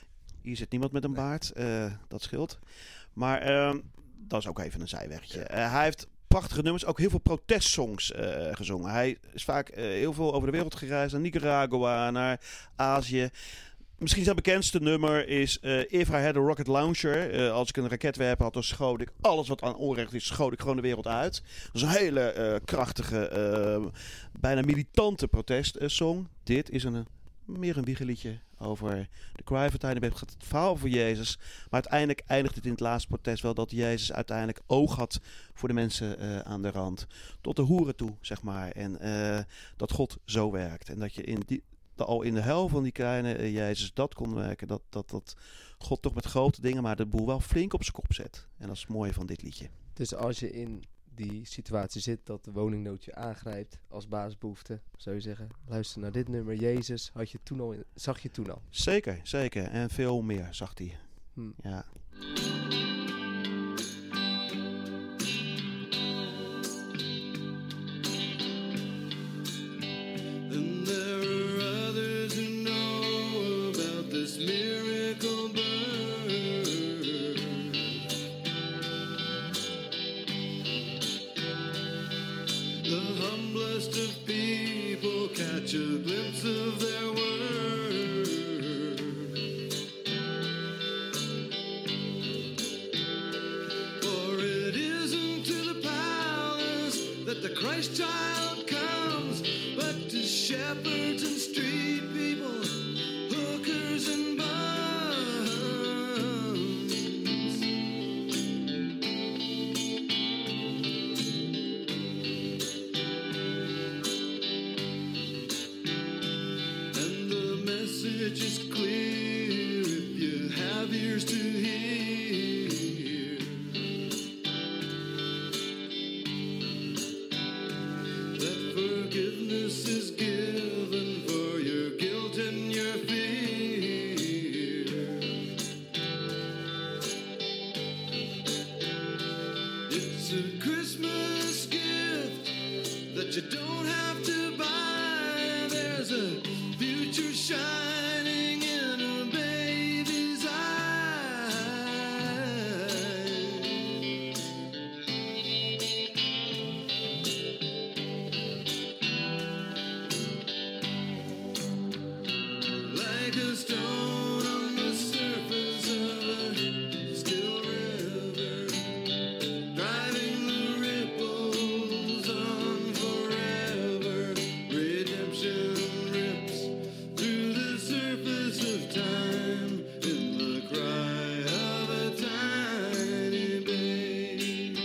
Speaker 5: Hier zit niemand met een baard. Dat scheelt. Maar dat is ook even een zijwegje. Hij heeft prachtige nummers, ook heel veel protestsongs gezongen. Hij is vaak heel veel over de wereld gereisd. Naar Nicaragua, naar Azië. Misschien zijn bekendste nummer is If I Had a Rocket Launcher. Als ik een raketwerper had, dan schoot ik alles wat aan onrecht is, schoot ik gewoon de wereld uit. Dat is een hele krachtige, bijna militante protestsong. Dit is meer een wiegeliedje over de cry for tiny babies. Het gaat het verhaal voor Jezus. Maar uiteindelijk eindigt het in het laatste protest wel dat Jezus uiteindelijk oog had voor de mensen aan de rand. Tot de hoeren toe, zeg maar. En dat God zo werkt. En dat je al in de hel van die kleine Jezus dat kon werken. Dat God toch met grote dingen, maar de boel wel flink op zijn kop zet. En dat is het mooie van dit liedje.
Speaker 3: Dus als je in die situatie zit dat de woningnood je aangrijpt als basisbehoefte, zou je zeggen, luister naar dit nummer. Jezus zag je toen al.
Speaker 5: Zeker, zeker. En veel meer zag hij. Ja.
Speaker 6: And there are others who know about this miracle birth. The humblest of people catch a glimpse of their worth. For it isn't to the palace that the Christ child comes, but to shepherds and street people, hookers and bums. And the message is clear if you have ears to hear. That forgiveness is given for your guilt and your fear. It's a Christmas gift that you don't have to buy. There's a future shining in a baby's eye. Like a stone on the surface of a still river, driving the ripples on forever. Redemption rips through the surface of time in the cry of a tiny babe.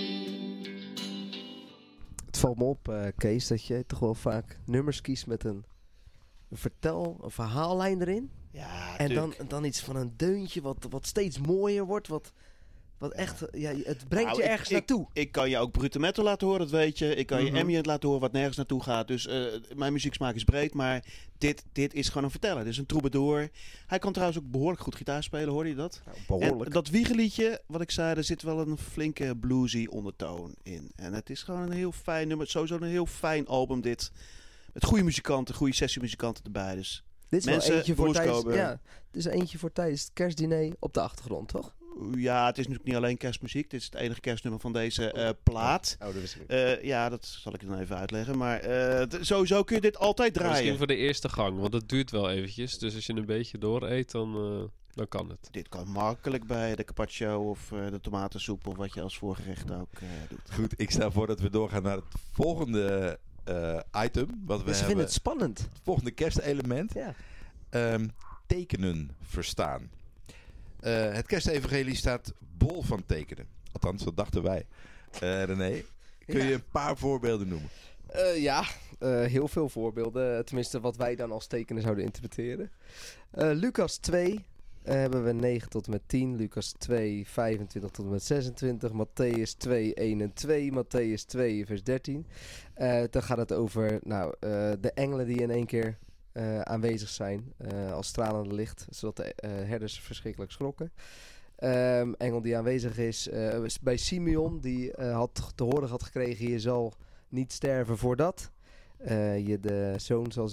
Speaker 3: Het valt me op, Kees, dat je toch wel vaak nummers kiest met een verhaallijn erin.
Speaker 5: Ja,
Speaker 3: En dan iets van een deuntje wat steeds mooier wordt. Wat echt, het brengt je ergens naartoe.
Speaker 5: Ik kan je ook brute metal laten horen, dat weet je. Ik kan je ambient laten horen wat nergens naartoe gaat. Dus mijn muzieksmaak is breed, maar dit is gewoon een verteller. Dit is een troubadour. Hij kan trouwens ook behoorlijk goed gitaar spelen, hoorde je dat?
Speaker 3: Nou, behoorlijk.
Speaker 5: En dat wiegeliedje, wat ik zei, er zit wel een flinke bluesy ondertoon in. En het is gewoon een heel fijn nummer. Sowieso een heel fijn album dit. Met goede muzikanten, goede sessiemuzikanten erbij. Dus
Speaker 3: Dit is
Speaker 5: mensen,
Speaker 3: wel eentje voor
Speaker 5: Bruce
Speaker 3: tijdens,
Speaker 5: Coburn.
Speaker 3: dit is eentje voor tijdens het kerstdiner op de achtergrond, toch?
Speaker 5: Ja, het is natuurlijk niet alleen kerstmuziek. Dit is het enige kerstnummer van deze plaat.
Speaker 3: Oh, dat wist ik.
Speaker 5: Ja, dat zal ik je dan even uitleggen. Maar sowieso kun je dit altijd draaien.
Speaker 4: Misschien voor de eerste gang, want het duurt wel eventjes. Dus als je een beetje door eet, dan kan het.
Speaker 5: Dit kan makkelijk bij de carpaccio of de tomatensoep of wat je als voorgerecht ook doet.
Speaker 2: Goed, ik stel voor dat we doorgaan naar het volgende item. Wat we
Speaker 3: Ze vinden het spannend.
Speaker 2: Het volgende kerstelement.
Speaker 3: Ja.
Speaker 2: Tekenen verstaan. Het kerstevangelie staat bol van tekenen. Althans, dat dachten wij. René, kun je een paar voorbeelden noemen?
Speaker 3: Heel veel voorbeelden. Tenminste, wat wij dan als tekenen zouden interpreteren. Lucas 2 hebben we 9 tot en met 10. Lucas 2, 25 tot en met 26. Matthäus 2, 1 en 2. Matthäus 2, vers 13. Dan gaat het over de engelen die in één keer aanwezig zijn als stralende licht, zodat de herders verschrikkelijk schrokken. Engel die aanwezig is bij Simeon, die te horen had gekregen: je zal niet sterven voordat je de zoon zal zien.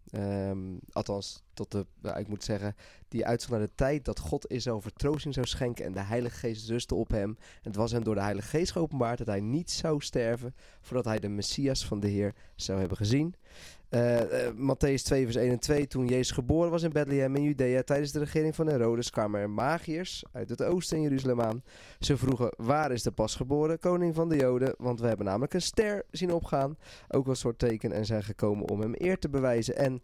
Speaker 3: Althans, ik moet zeggen, die uitzag naar de tijd dat God Israël vertroosting zou schenken en de Heilige Geest rustte op hem. En het was hem door de Heilige Geest geopenbaard dat hij niet zou sterven voordat hij de Messias van de Heer zou hebben gezien. Mattheüs 2 vers 1 en 2. Toen Jezus geboren was in Bethlehem in Judea tijdens de regering van Herodes kwamen er magiërs uit het oosten in Jeruzalem aan. Ze vroegen, waar is de pasgeboren koning van de Joden? Want we hebben namelijk een ster zien opgaan, ook als soort teken, en zijn gekomen om hem eer te bewijzen. En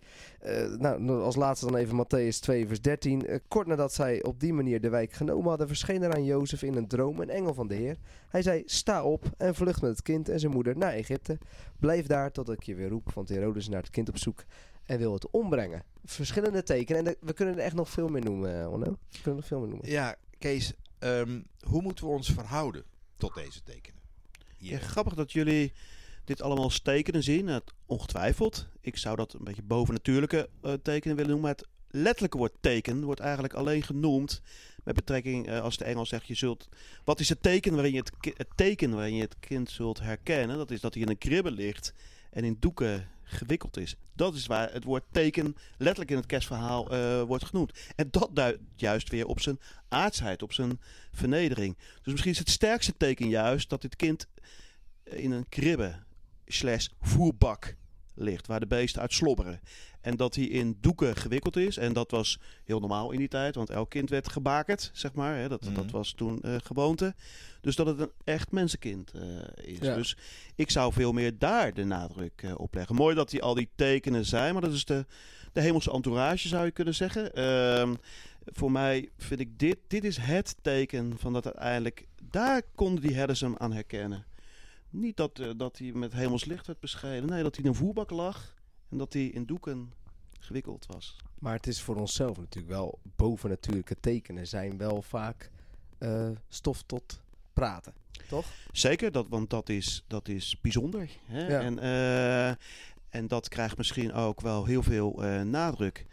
Speaker 3: als laatste dan even Mattheüs 2 vers 13. Kort nadat zij op die manier de wijk genomen hadden, verscheen er aan Jozef in een droom een engel van de Heer. Hij zei, sta op en vlucht met het kind en zijn moeder naar Egypte. Blijf daar tot ik je weer roep, want Herodes is naar het kind op zoek en wil het ombrengen. Verschillende tekenen. En we kunnen er echt nog veel meer noemen, Onno. We kunnen nog veel meer noemen.
Speaker 2: Ja, Kees, hoe moeten we ons verhouden tot deze tekenen?
Speaker 5: Ja, grappig dat jullie dit allemaal als tekenen zien. Ongetwijfeld. Ik zou dat een beetje bovennatuurlijke tekenen willen noemen. Maar het letterlijke woord teken wordt eigenlijk alleen genoemd met betrekking, als de Engels zegt, wat is het teken waarin je het kind zult herkennen? Dat is dat hij in een kribbe ligt en in doeken gewikkeld is. Dat is waar het woord teken letterlijk in het kerstverhaal wordt genoemd. En dat duidt juist weer op zijn aardsheid, op zijn vernedering. Dus misschien is het sterkste teken juist dat dit kind in een kribbe / voerbak ligt, waar de beesten uit slobberen. En dat hij in doeken gewikkeld is. En dat was heel normaal in die tijd, want elk kind werd gebakerd, zeg maar. Hè. Dat was toen gewoonte. Dus dat het een echt mensenkind is.
Speaker 3: Ja.
Speaker 5: Dus ik zou veel meer daar de nadruk op leggen. Mooi dat al die tekenen zijn, maar dat is de hemelse entourage, zou je kunnen zeggen. Voor mij vind ik dit is het teken van dat uiteindelijk, daar konden die herders hem aan herkennen. Niet dat hij met hemels licht werd beschenen. Nee, dat hij in een voerbak lag en dat hij in doeken gewikkeld was.
Speaker 3: Maar het is voor onszelf natuurlijk wel, bovennatuurlijke tekenen zijn wel vaak stof tot praten, toch?
Speaker 5: Zeker, want dat is bijzonder. Hè?
Speaker 3: Ja.
Speaker 5: En dat krijgt misschien ook wel heel veel nadruk.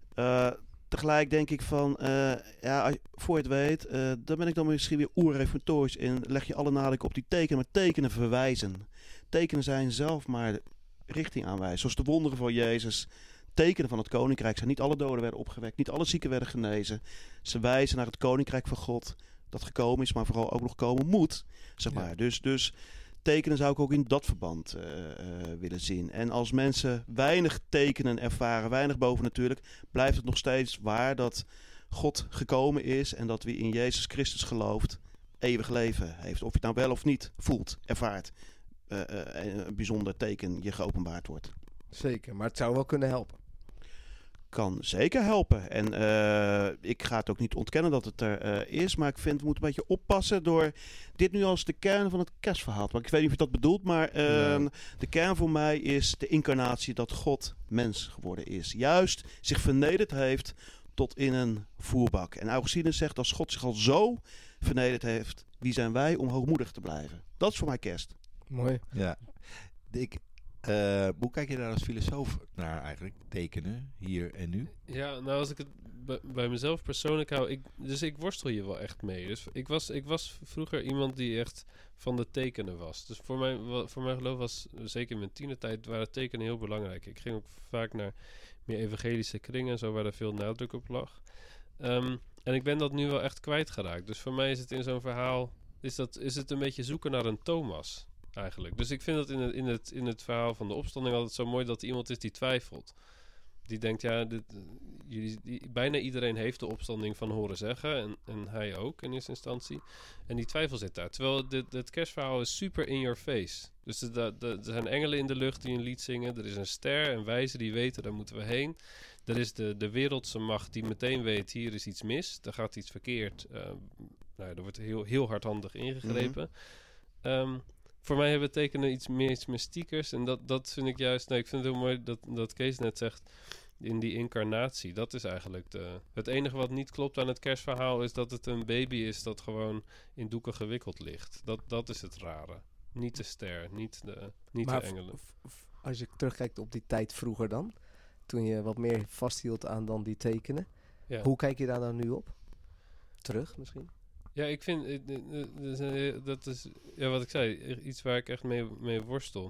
Speaker 5: Tegelijk denk ik van, voor je het weet, dan ben ik dan misschien weer oerreformatorisch en leg je alle nadruk op die tekenen, maar tekenen verwijzen. Tekenen zijn zelf maar richting aanwijzen. Zoals de wonderen van Jezus, tekenen van het koninkrijk zijn. Niet alle doden werden opgewekt, niet alle zieken werden genezen. Ze wijzen naar het koninkrijk van God, dat gekomen is, maar vooral ook nog komen moet, zeg maar. Ja. Dus tekenen zou ik ook in dat verband willen zien. En als mensen weinig tekenen ervaren, weinig bovennatuurlijk, blijft het nog steeds waar dat God gekomen is en dat wie in Jezus Christus gelooft, eeuwig leven heeft. Of je het nou wel of niet voelt, ervaart, een bijzonder teken je geopenbaard wordt.
Speaker 3: Zeker, maar het zou wel kunnen helpen.
Speaker 5: Kan zeker helpen. En ik ga het ook niet ontkennen dat het er is. Maar ik vind we moeten een beetje oppassen door dit nu als de kern van het kerstverhaal. Maar ik weet niet of je dat bedoelt. Maar de kern voor mij is de incarnatie dat God mens geworden is. Juist zich vernederd heeft tot in een voerbak. En Augustinus zegt, als God zich al zo vernederd heeft, wie zijn wij om hoogmoedig te blijven? Dat is voor mij kerst.
Speaker 3: Mooi.
Speaker 2: Ja. Hoe kijk je daar als filosoof naar eigenlijk? Tekenen, hier en nu?
Speaker 4: Ja, nou als ik het bij mezelf persoonlijk hou, ik worstel hier wel echt mee. Dus ik was vroeger iemand die echt van de tekenen was. Dus voor mijn geloof was, zeker in mijn tienertijd, waren tekenen heel belangrijk. Ik ging ook vaak naar meer evangelische kringen en zo, waar er veel nadruk op lag. En ik ben dat nu wel echt kwijtgeraakt. Dus voor mij is het in zo'n verhaal, is het een beetje zoeken naar een Thomas eigenlijk. Dus ik vind dat in het verhaal van de opstanding altijd zo mooi dat er iemand is die twijfelt. Die denkt, bijna iedereen heeft de opstanding van horen zeggen. En hij ook in eerste instantie. En die twijfel zit daar. Terwijl het kerstverhaal is super in your face. Dus er zijn engelen in de lucht die een lied zingen. Er is een ster en wijzen die weten, daar moeten we heen. Er is de wereldse macht die meteen weet, hier is iets mis. Er gaat iets verkeerd. Er wordt heel, heel hardhandig ingegrepen. Mm-hmm. Voor mij hebben tekenen iets mystiekers. En dat vind ik juist... ik vind het heel mooi dat Kees net zegt, in die incarnatie. Dat is eigenlijk het enige wat niet klopt aan het kerstverhaal, is dat het een baby is dat gewoon in doeken gewikkeld ligt. Dat is het rare. Niet de ster, niet de engelen.
Speaker 3: Als je terugkijkt op die tijd vroeger dan, toen je wat meer vasthield aan dan die tekenen. Ja. Hoe kijk je daar dan nu op? Terug misschien?
Speaker 4: Ja, ik vind dat is wat ik zei, iets waar ik echt mee worstel.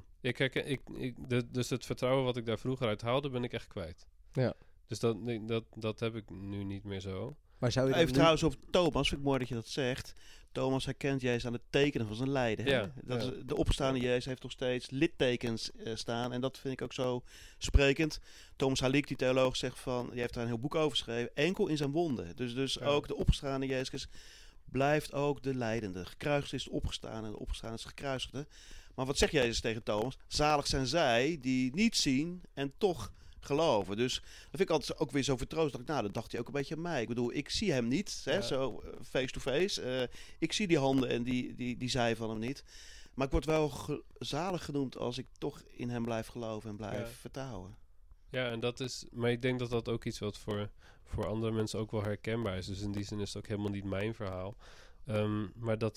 Speaker 4: Dus het vertrouwen wat ik daar vroeger uit haalde, ben ik echt kwijt.
Speaker 3: Ja.
Speaker 4: Dus dat heb ik nu niet meer zo.
Speaker 3: Maar zou je
Speaker 5: Even
Speaker 3: dan
Speaker 5: trouwens over Thomas, vind ik mooi dat je dat zegt. Thomas herkent Jezus aan het tekenen van zijn lijden. Hè?
Speaker 4: Ja,
Speaker 5: Dat
Speaker 4: ja.
Speaker 5: is, de opstaande Jezus heeft nog steeds littekens staan. En dat vind ik ook zo sprekend. Thomas Halik, die theoloog, zegt van, die heeft daar een heel boek over geschreven. Enkel in zijn wonden. Dus
Speaker 4: Ja.
Speaker 5: ook de opgestaande Jezus blijft ook de lijdende. Gekruisigd is de opgestaan en de opgestaan is de gekruisigde. Maar wat zegt Jezus tegen Thomas? Zalig zijn zij die niet zien en toch geloven. Dus dat vind ik altijd ook weer zo vertroostend. Nou, dat dacht hij ook een beetje aan mij. Ik bedoel, ik zie hem niet, hè,
Speaker 4: Ja.
Speaker 5: zo face to face. Ik zie die handen en die zij van hem niet. Maar ik word wel zalig genoemd als ik toch in hem blijf geloven en blijf
Speaker 4: Ja.
Speaker 5: vertrouwen.
Speaker 4: Ja, en dat is, maar ik denk dat dat ook iets wat voor andere mensen ook wel herkenbaar is. Dus in die zin is het ook helemaal niet mijn verhaal. Maar dat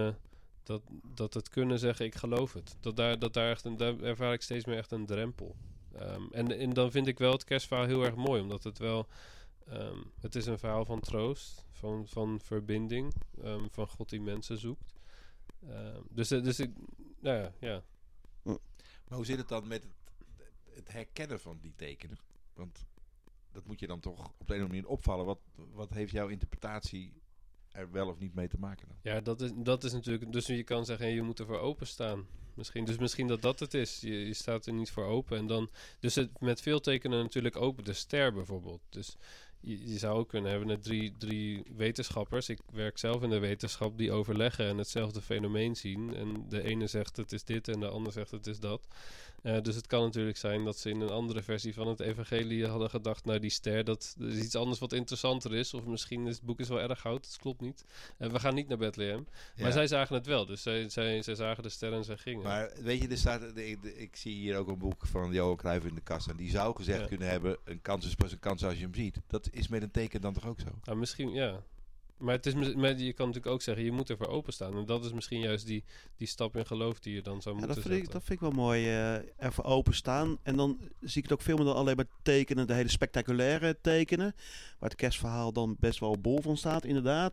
Speaker 4: het kunnen zeggen, ik geloof het. Daar ervaar ik steeds meer echt een drempel. En dan vind ik wel het kerstverhaal heel erg mooi, omdat het wel, het is een verhaal van troost, van verbinding, van God die mensen zoekt. Dus ik, ja.
Speaker 2: Maar hoe zit het dan met het herkennen van die tekenen? Want dat moet je dan toch op de een of andere manier opvallen. Wat heeft jouw interpretatie er wel of niet mee te maken dan?
Speaker 4: Ja, dat is natuurlijk... Dus je kan zeggen, je moet ervoor openstaan. Misschien dat het is. Je staat er niet voor open. En dan, dus met veel tekenen natuurlijk ook de ster bijvoorbeeld. Dus je zou ook kunnen hebben net drie wetenschappers. Ik werk zelf in de wetenschap die overleggen en hetzelfde fenomeen zien. En de ene zegt het is dit en de ander zegt het is dat. Dus het kan natuurlijk zijn dat ze in een andere versie van het evangelie hadden gedacht, nou die ster, dat is iets anders wat interessanter is. Of misschien is het boek wel erg oud, dat klopt niet. We gaan niet naar Bethlehem.
Speaker 2: Ja.
Speaker 4: Maar zij zagen het wel, dus zij zagen de ster en zij gingen.
Speaker 2: Maar weet je, ik zie hier ook een boek van Johan Cruijff in de kast. En die zou gezegd
Speaker 4: Ja.
Speaker 2: kunnen hebben, een kans is pas een kans als je hem ziet. Dat is met een teken dan toch ook zo?
Speaker 4: Nou, misschien, ja. Maar je kan natuurlijk ook zeggen, je moet ervoor openstaan. En dat is misschien juist die stap in geloof die je dan zou
Speaker 5: Ja,
Speaker 4: moeten zetten.
Speaker 5: dat vind ik wel mooi. Ervoor openstaan. En dan zie ik het ook veel meer dan alleen maar tekenen, de hele spectaculaire tekenen. Waar het kerstverhaal dan best wel bol van staat, inderdaad.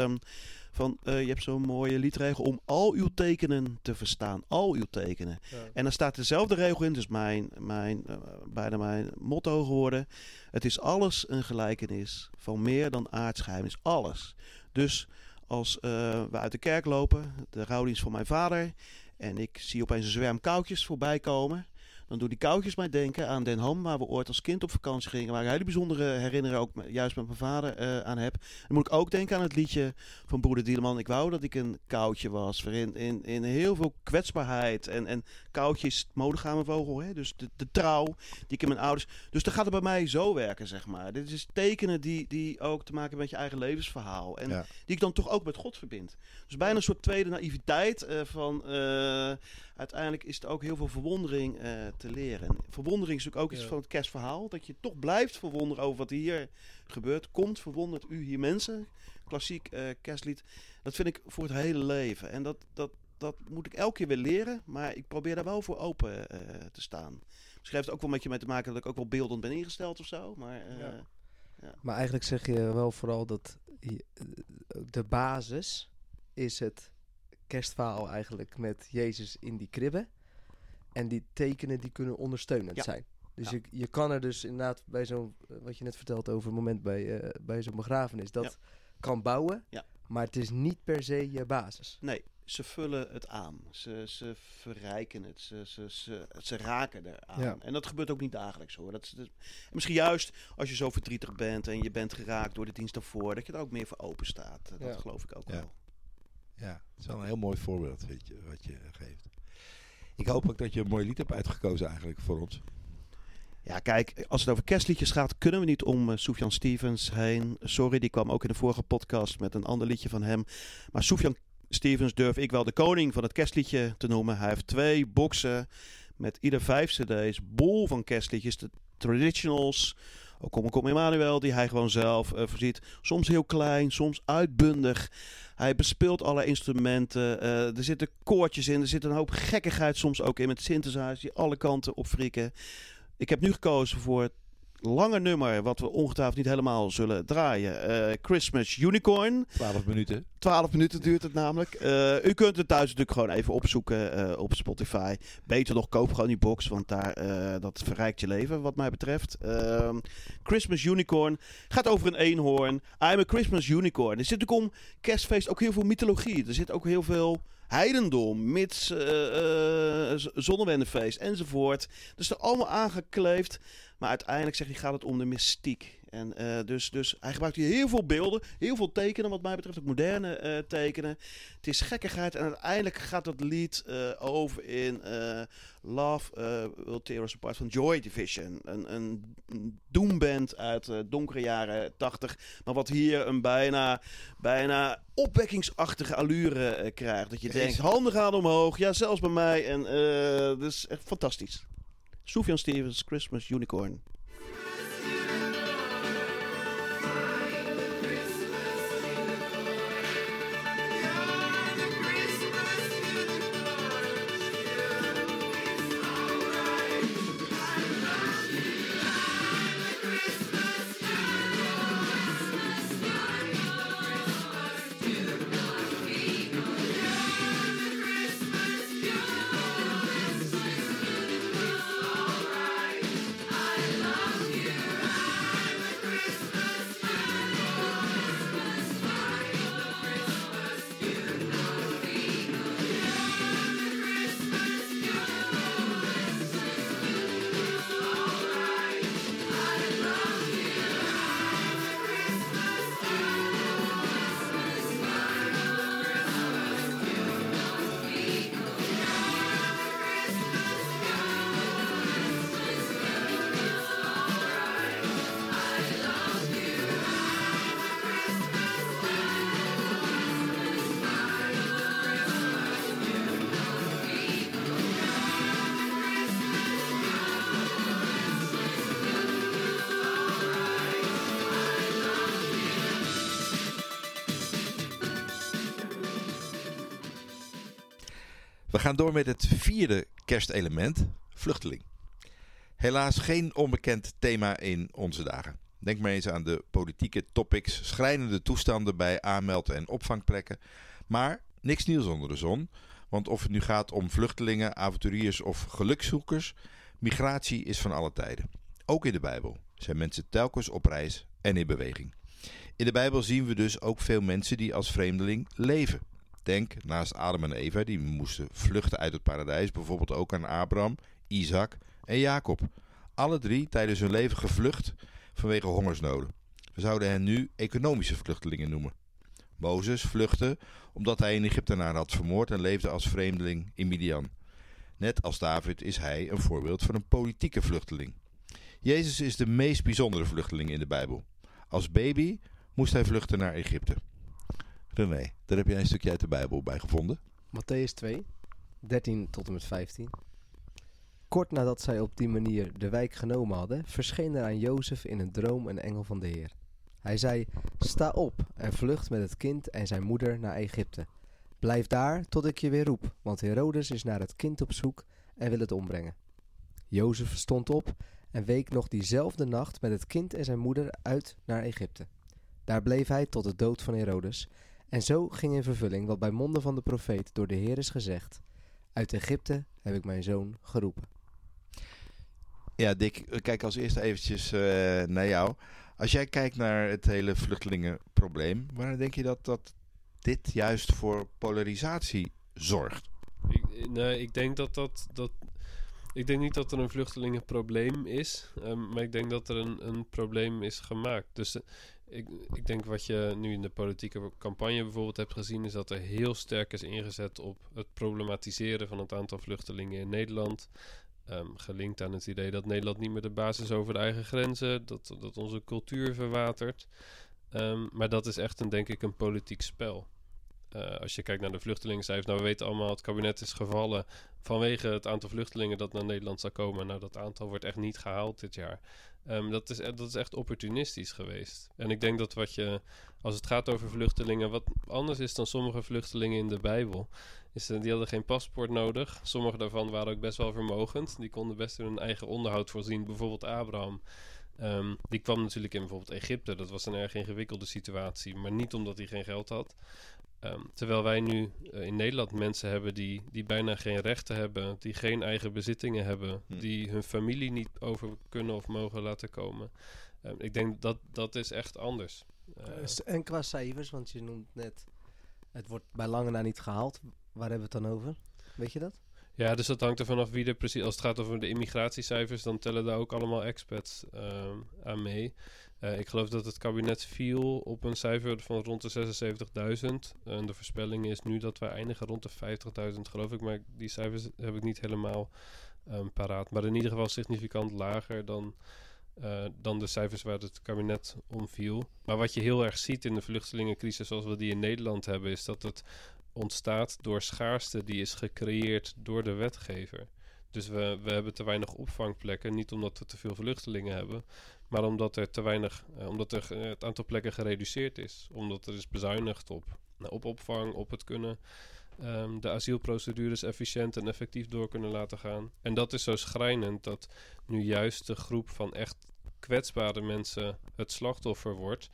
Speaker 5: Je hebt zo'n mooie liedregel om al uw tekenen te verstaan. Al uw tekenen.
Speaker 4: Ja.
Speaker 5: En dan staat dezelfde regel in, dus bijna mijn motto geworden. Het is alles een gelijkenis van meer dan aardsgeheimenis. Alles. Dus als we uit de kerk lopen, de rouwdienst van mijn vader, en ik zie opeens een zwerm koudjes voorbij komen, dan doen die koudjes mij denken aan Den Ham, waar we ooit als kind op vakantie gingen, waar ik hele bijzondere herinneringen ook juist met mijn vader aan heb. Dan moet ik ook denken aan het liedje van broeder Dieleman. Ik wou dat ik een koudje was, waarin in heel veel kwetsbaarheid en koudje is het monogame-vogel, hè? Dus de trouw die ik in mijn ouders. Dus dan gaat het bij mij zo werken, zeg maar. Dit is tekenen die ook te maken hebben met je eigen levensverhaal. En
Speaker 2: Ja.
Speaker 5: die ik dan toch ook met God verbind. Dus bijna een soort tweede naïviteit uiteindelijk is het ook heel veel verwondering te leren. En verwondering is natuurlijk ook iets van het kerstverhaal. Dat je toch blijft verwonderen over wat hier gebeurt. Komt, verwondert u hier mensen. Klassiek kerstlied. Dat vind ik voor het hele leven. En dat moet ik elke keer weer leren. Maar ik probeer daar wel voor open te staan. Misschien heeft het ook wel met je mee te maken dat ik ook wel beeldend ben ingesteld of zo. Maar
Speaker 3: Maar eigenlijk zeg je wel vooral dat de basis is het kerstverhaal eigenlijk met Jezus in die kribbe. En die tekenen die kunnen ondersteunend zijn. Dus je kan er dus inderdaad bij zo'n, wat je net vertelt over het moment bij zo'n begrafenis, dat kan bouwen.
Speaker 5: Ja.
Speaker 3: Maar het is niet per se je basis.
Speaker 5: nee, ze vullen het aan. Ze verrijken het. Ze raken eraan.
Speaker 3: Ja.
Speaker 5: En dat gebeurt ook niet dagelijks hoor. Misschien juist als je zo verdrietig bent en je bent geraakt door de dienst daarvoor, dat je er ook meer voor open staat. Dat geloof ik ook
Speaker 2: Ja.
Speaker 5: wel.
Speaker 2: Ja, het is wel een heel mooi voorbeeld wat je geeft. Ik hoop ook dat je een mooi lied hebt uitgekozen eigenlijk voor ons.
Speaker 5: Ja, kijk, als het over kerstliedjes gaat, kunnen we niet om Sufjan Stevens heen. Sorry, die kwam ook in de vorige podcast met een ander liedje van hem. Maar Sufjan Stevens durf ik wel de koning van het kerstliedje te noemen. Hij heeft 2 boxen met ieder 5 cd's, bol van kerstliedjes. De traditionals, ook Kom Emmanuel, die hij gewoon zelf voorziet. Soms heel klein, soms uitbundig. Hij bespeelt alle instrumenten. Er zitten koortjes in. Er zit een hoop gekkigheid soms ook in met synthesizers die alle kanten opfrikken. Ik heb nu gekozen voor lange nummer, wat we ongetwijfeld niet helemaal zullen draaien. Christmas Unicorn.
Speaker 2: 12 minuten.
Speaker 5: 12 minuten duurt het namelijk. U kunt het thuis natuurlijk gewoon even opzoeken op Spotify. Beter nog, koop gewoon die box, want dat verrijkt je leven wat mij betreft. Christmas Unicorn gaat over een eenhoorn. I'm a Christmas Unicorn. Er zit natuurlijk om kerstfeest ook heel veel mythologie. Er zit ook heel veel heidendom, mits zonnewendefeest enzovoort. Dus er allemaal aangekleefd. Maar uiteindelijk gaat het om de mystiek. En dus hij gebruikt hier heel veel beelden, heel veel tekenen wat mij betreft, ook moderne tekenen. Het is gekkigheid en uiteindelijk gaat het lied over in Love Will Tear Us Apart van Joy Division. Een doomband uit donkere jaren 80, maar wat hier een bijna opwekkingsachtige allure krijgt. Dat je denkt, handen gaan omhoog, ja zelfs bij mij. En dat is echt fantastisch. Sufjan Stevens, Christmas Unicorn.
Speaker 2: We gaan door met het 4e kerstelement, vluchteling. Helaas geen onbekend thema in onze dagen. Denk maar eens aan de politieke topics, schrijnende toestanden bij aanmeld- en opvangplekken. Maar niks nieuws onder de zon, want of het nu gaat om vluchtelingen, avonturiers of gelukzoekers, migratie is van alle tijden. Ook in de Bijbel zijn mensen telkens op reis en in beweging. In de Bijbel zien we dus ook veel mensen die als vreemdeling leven. Denk naast Adam en Eva, die moesten vluchten uit het paradijs, bijvoorbeeld ook aan Abraham, Isaac en Jacob. Alle 3 tijdens hun leven gevlucht vanwege hongersnoden. We zouden hen nu economische vluchtelingen noemen. Mozes vluchtte omdat hij een Egyptenaar had vermoord en leefde als vreemdeling in Midian. Net als David is hij een voorbeeld van een politieke vluchteling. Jezus is de meest bijzondere vluchteling in de Bijbel. Als baby moest hij vluchten naar Egypte. René, daar heb jij een stukje uit de Bijbel bij gevonden.
Speaker 3: Mattheüs 2, 13 tot en met 15. Kort nadat zij op die manier de wijk genomen hadden, verscheen er aan Jozef in een droom een engel van de Heer. Hij zei, sta op en vlucht met het kind en zijn moeder naar Egypte. Blijf daar tot ik je weer roep, want Herodes is naar het kind op zoek en wil het ombrengen. Jozef stond op en week nog diezelfde nacht met het kind en zijn moeder uit naar Egypte. Daar bleef hij tot de dood van Herodes. En zo ging in vervulling wat bij monden van de profeet door de Heer is gezegd. Uit Egypte heb ik mijn zoon geroepen.
Speaker 2: Ja, Dick, kijk als eerste eventjes naar jou. Als jij kijkt naar het hele vluchtelingenprobleem, waarom denk je dat dit juist voor polarisatie zorgt?
Speaker 4: Ik denk ik denk niet dat er een vluchtelingenprobleem is, maar ik denk dat er een probleem is gemaakt. Dus ik denk wat je nu in de politieke campagne bijvoorbeeld hebt gezien, is dat er heel sterk is ingezet op het problematiseren van het aantal vluchtelingen in Nederland. Gelinkt aan het idee dat Nederland niet meer de baas is over de eigen grenzen, dat onze cultuur verwatert. Maar dat is echt denk ik een politiek spel. Als je kijkt naar de vluchtelingencijfers, we weten allemaal, het kabinet is gevallen vanwege het aantal vluchtelingen dat naar Nederland zou komen. Nou, dat aantal wordt echt niet gehaald dit jaar. Dat is echt opportunistisch geweest. En ik denk dat als het gaat over vluchtelingen, wat anders is dan sommige vluchtelingen in de Bijbel, is die hadden geen paspoort nodig. Sommige daarvan waren ook best wel vermogend. Die konden best hun eigen onderhoud voorzien. Bijvoorbeeld Abraham. Die kwam natuurlijk in bijvoorbeeld Egypte. Dat was een erg ingewikkelde situatie, maar niet omdat hij geen geld had. Terwijl wij nu in Nederland mensen hebben die bijna geen rechten hebben, die geen eigen bezittingen hebben, die hun familie niet over kunnen of mogen laten komen. Ik denk dat is echt anders.
Speaker 3: En qua cijfers, want je noemt net, het wordt bij lange na niet gehaald. Waar hebben we het dan over? Weet je dat?
Speaker 4: Ja, dus dat hangt er vanaf wie er precies... Als het gaat over de immigratiecijfers, dan tellen daar ook allemaal expats aan mee. Ik geloof dat het kabinet viel op een cijfer van rond de 76.000. En de voorspelling is nu dat wij eindigen rond de 50.000, geloof ik. Maar die cijfers heb ik niet helemaal paraat. Maar in ieder geval significant lager dan de cijfers waar het kabinet om viel. Maar wat je heel erg ziet in de vluchtelingencrisis zoals we die in Nederland hebben, is dat het ontstaat door schaarste die is gecreëerd door de wetgever. Dus we hebben te weinig opvangplekken, niet omdat we te veel vluchtelingen hebben, maar omdat er te weinig, omdat er het aantal plekken gereduceerd is. Omdat er is bezuinigd op opvang, op het kunnen de asielprocedures efficiënt en effectief door kunnen laten gaan. En dat is zo schrijnend dat nu juist de groep van echt kwetsbare mensen het slachtoffer wordt.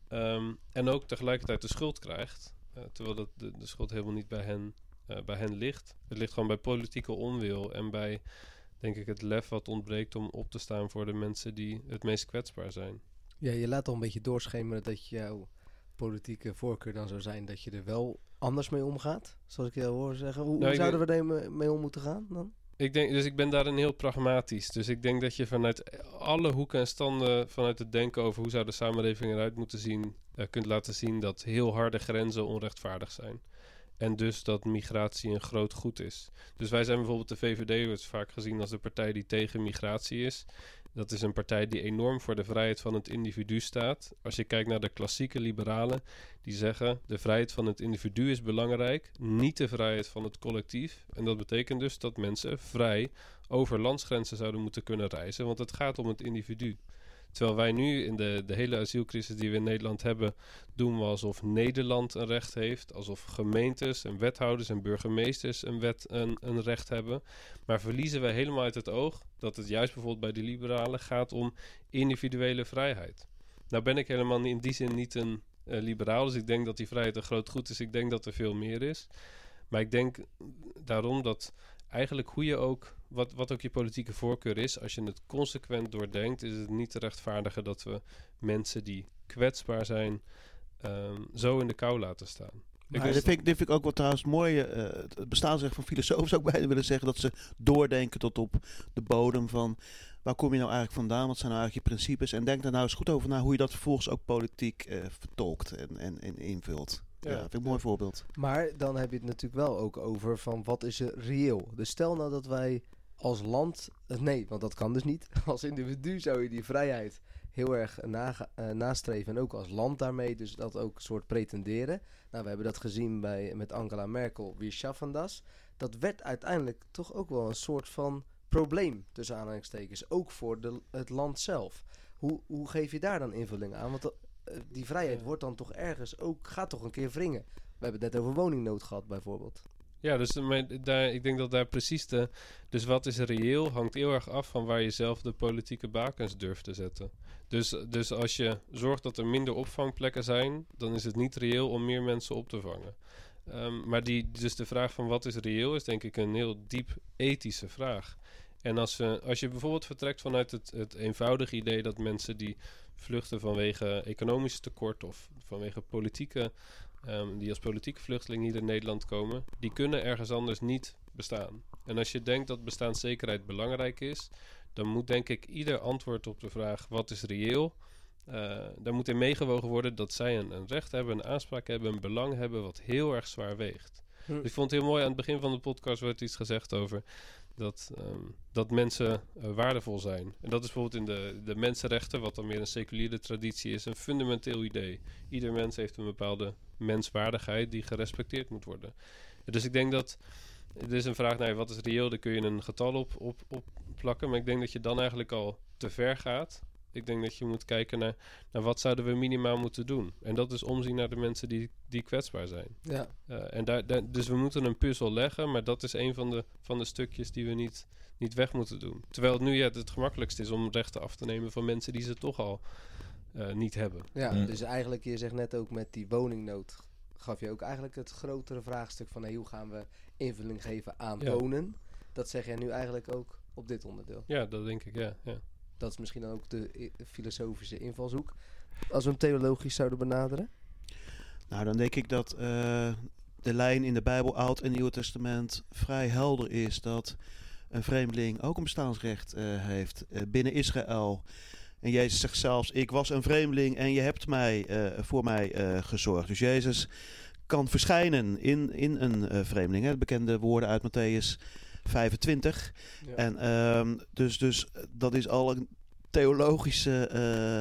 Speaker 4: En ook tegelijkertijd de schuld krijgt. Terwijl de schuld helemaal niet bij hen ligt. Het ligt gewoon bij politieke onwil en bij, denk ik, het lef wat ontbreekt om op te staan voor de mensen die het meest kwetsbaar zijn.
Speaker 3: Ja, je laat al een beetje doorschemeren dat jouw politieke voorkeur dan zou zijn dat je er wel anders mee omgaat. Zoals ik je hoor zeggen. Hoe zouden we er mee om moeten gaan dan?
Speaker 4: Ik ben daarin heel pragmatisch. Dus ik denk dat je vanuit alle hoeken en standen, vanuit het denken over hoe zou de samenleving eruit moeten zien, kunt laten zien dat heel harde grenzen onrechtvaardig zijn. En dus dat migratie een groot goed is. Dus wij zijn bijvoorbeeld de VVD, wordt vaak gezien als de partij die tegen migratie is. Dat is een partij die enorm voor de vrijheid van het individu staat. Als je kijkt naar de klassieke liberalen, die zeggen de vrijheid van het individu is belangrijk, niet de vrijheid van het collectief. En dat betekent dus dat mensen vrij over landsgrenzen zouden moeten kunnen reizen, want het gaat om het individu. Terwijl wij nu in de hele asielcrisis die we in Nederland hebben, doen we alsof Nederland een recht heeft. Alsof gemeentes en wethouders en burgemeesters een recht hebben. Maar verliezen we helemaal uit het oog dat het juist bijvoorbeeld bij de liberalen gaat om individuele vrijheid. Nou ben ik helemaal in die zin niet een liberaal, dus ik denk dat die vrijheid een groot goed is. Ik denk dat er veel meer is. Maar ik denk daarom dat eigenlijk hoe je ook, wat ook je politieke voorkeur is, als je het consequent doordenkt, is het niet te rechtvaardigen dat we mensen die kwetsbaar zijn zo in de kou laten staan.
Speaker 5: Dit vind ik ook wat trouwens mooi. Het bestaansrecht van filosofen zou ik bijna willen zeggen, dat ze doordenken tot op de bodem van waar kom je nou eigenlijk vandaan, wat zijn nou eigenlijk je principes, en denk daar nou eens goed over na hoe je dat vervolgens ook politiek vertolkt en invult. Ja, vind ik een mooi voorbeeld.
Speaker 3: Maar dan heb je het natuurlijk wel ook over van wat is er reëel. Dus stel nou dat wij als land, nee, want dat kan dus niet. Als individu zou je die vrijheid heel erg nastreven en ook als land daarmee, dus dat ook een soort pretenderen. Nou, we hebben dat gezien met Angela Merkel, wir schaffen das. Dat werd uiteindelijk toch ook wel een soort van probleem, tussen aanhalingstekens, ook voor het land zelf. Hoe geef je daar dan invulling aan? Want die vrijheid wordt dan toch ergens ook, gaat toch een keer wringen. We hebben het net over woningnood gehad bijvoorbeeld.
Speaker 4: Ja, dus ik denk dat daar precies dus wat is reëel hangt heel erg af van waar je zelf de politieke bakens durft te zetten. Dus als je zorgt dat er minder opvangplekken zijn, dan is het niet reëel om meer mensen op te vangen. Maar dus de vraag van wat is reëel is denk ik een heel diep ethische vraag. En als je bijvoorbeeld vertrekt vanuit het eenvoudige idee dat mensen die vluchten vanwege economisch tekort of vanwege die als politieke vluchteling hier in Nederland komen, die kunnen ergens anders niet bestaan. En als je denkt dat bestaanszekerheid belangrijk is, dan moet denk ik ieder antwoord op de vraag wat is reëel, daar moet in meegewogen worden dat zij een recht hebben, een aanspraak hebben, een belang hebben wat heel erg zwaar weegt. Dus ik vond het heel mooi, aan het begin van de podcast werd iets gezegd over dat mensen waardevol zijn. En dat is bijvoorbeeld in de mensenrechten, wat dan meer een seculiere traditie is, een fundamenteel idee. Ieder mens heeft een bepaalde menswaardigheid die gerespecteerd moet worden. Dus ik denk dat, er is een vraag naar wat is reëel, daar kun je een getal op plakken, maar ik denk dat je dan eigenlijk al te ver gaat. Ik denk dat je moet kijken naar wat zouden we minimaal moeten doen. En dat is omzien naar de mensen die kwetsbaar zijn.
Speaker 3: Ja.
Speaker 4: Dus we moeten een puzzel leggen, maar dat is een van de stukjes die we niet weg moeten doen. Terwijl het nu het gemakkelijkst is om rechten af te nemen van mensen die ze toch al niet hebben.
Speaker 3: Ja,
Speaker 2: Mm.
Speaker 3: dus eigenlijk, je zegt net ook met die woningnood, gaf je ook eigenlijk het grotere vraagstuk van hoe gaan we invulling geven aan
Speaker 4: Ja.
Speaker 3: wonen. Dat zeg jij nu eigenlijk ook op dit onderdeel.
Speaker 4: Ja, dat denk ik, ja.
Speaker 3: Dat is misschien dan ook de filosofische invalshoek. Als we hem theologisch zouden benaderen.
Speaker 5: Nou, dan denk ik dat de lijn in de Bijbel, Oud en Nieuw Testament, vrij helder is dat een vreemdeling ook een bestaansrecht heeft binnen Israël. En Jezus zegt zelfs, ik was een vreemdeling en je hebt voor mij gezorgd. Dus Jezus kan verschijnen in een vreemdeling. Hè? De bekende woorden uit Matthäus 25.
Speaker 3: Ja.
Speaker 5: En dus dat is al een theologische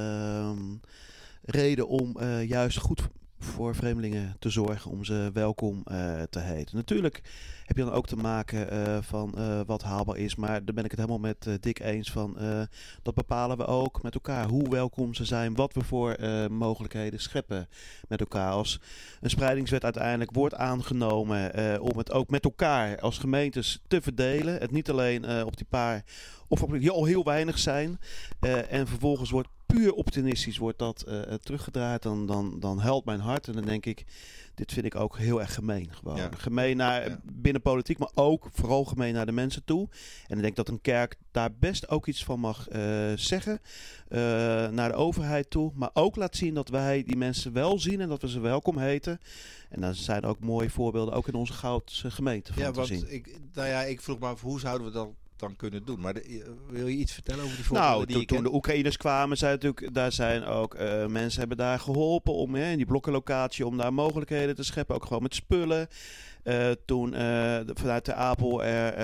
Speaker 5: reden om juist goed voor vreemdelingen te zorgen, om ze welkom te heten. Natuurlijk heb je dan ook te maken van wat haalbaar is, maar daar ben ik het helemaal met Dick eens van. Dat bepalen we ook met elkaar, hoe welkom ze zijn, wat we voor mogelijkheden scheppen met elkaar. Als een spreidingswet uiteindelijk wordt aangenomen om het ook met elkaar als gemeentes te verdelen, het niet alleen op die paar of op die al heel weinig zijn, en vervolgens wordt puur optimistisch wordt dat teruggedraaid, dan huilt mijn hart. En dan denk ik, dit vind ik ook heel erg gemeen. Gewoon.
Speaker 2: Ja.
Speaker 5: Gemeen naar binnen politiek, maar ook vooral gemeen naar de mensen toe. En ik denk dat een kerk daar best ook iets van mag zeggen. Naar de overheid toe. Maar ook laat zien dat wij die mensen wel zien en dat we ze welkom heten. En daar zijn ook mooie voorbeelden, ook in onze Goudse gemeente van te zien.
Speaker 2: Ik vroeg me af, hoe zouden we dat dan kunnen doen? Maar wil je iets vertellen over die voorbeelden die je
Speaker 5: toen
Speaker 2: kent?
Speaker 5: de Oekraïners kwamen, daar zijn ook mensen hebben daar geholpen om in die blokkenlocatie om daar mogelijkheden te scheppen, ook gewoon met spullen. Toen vanuit de Apel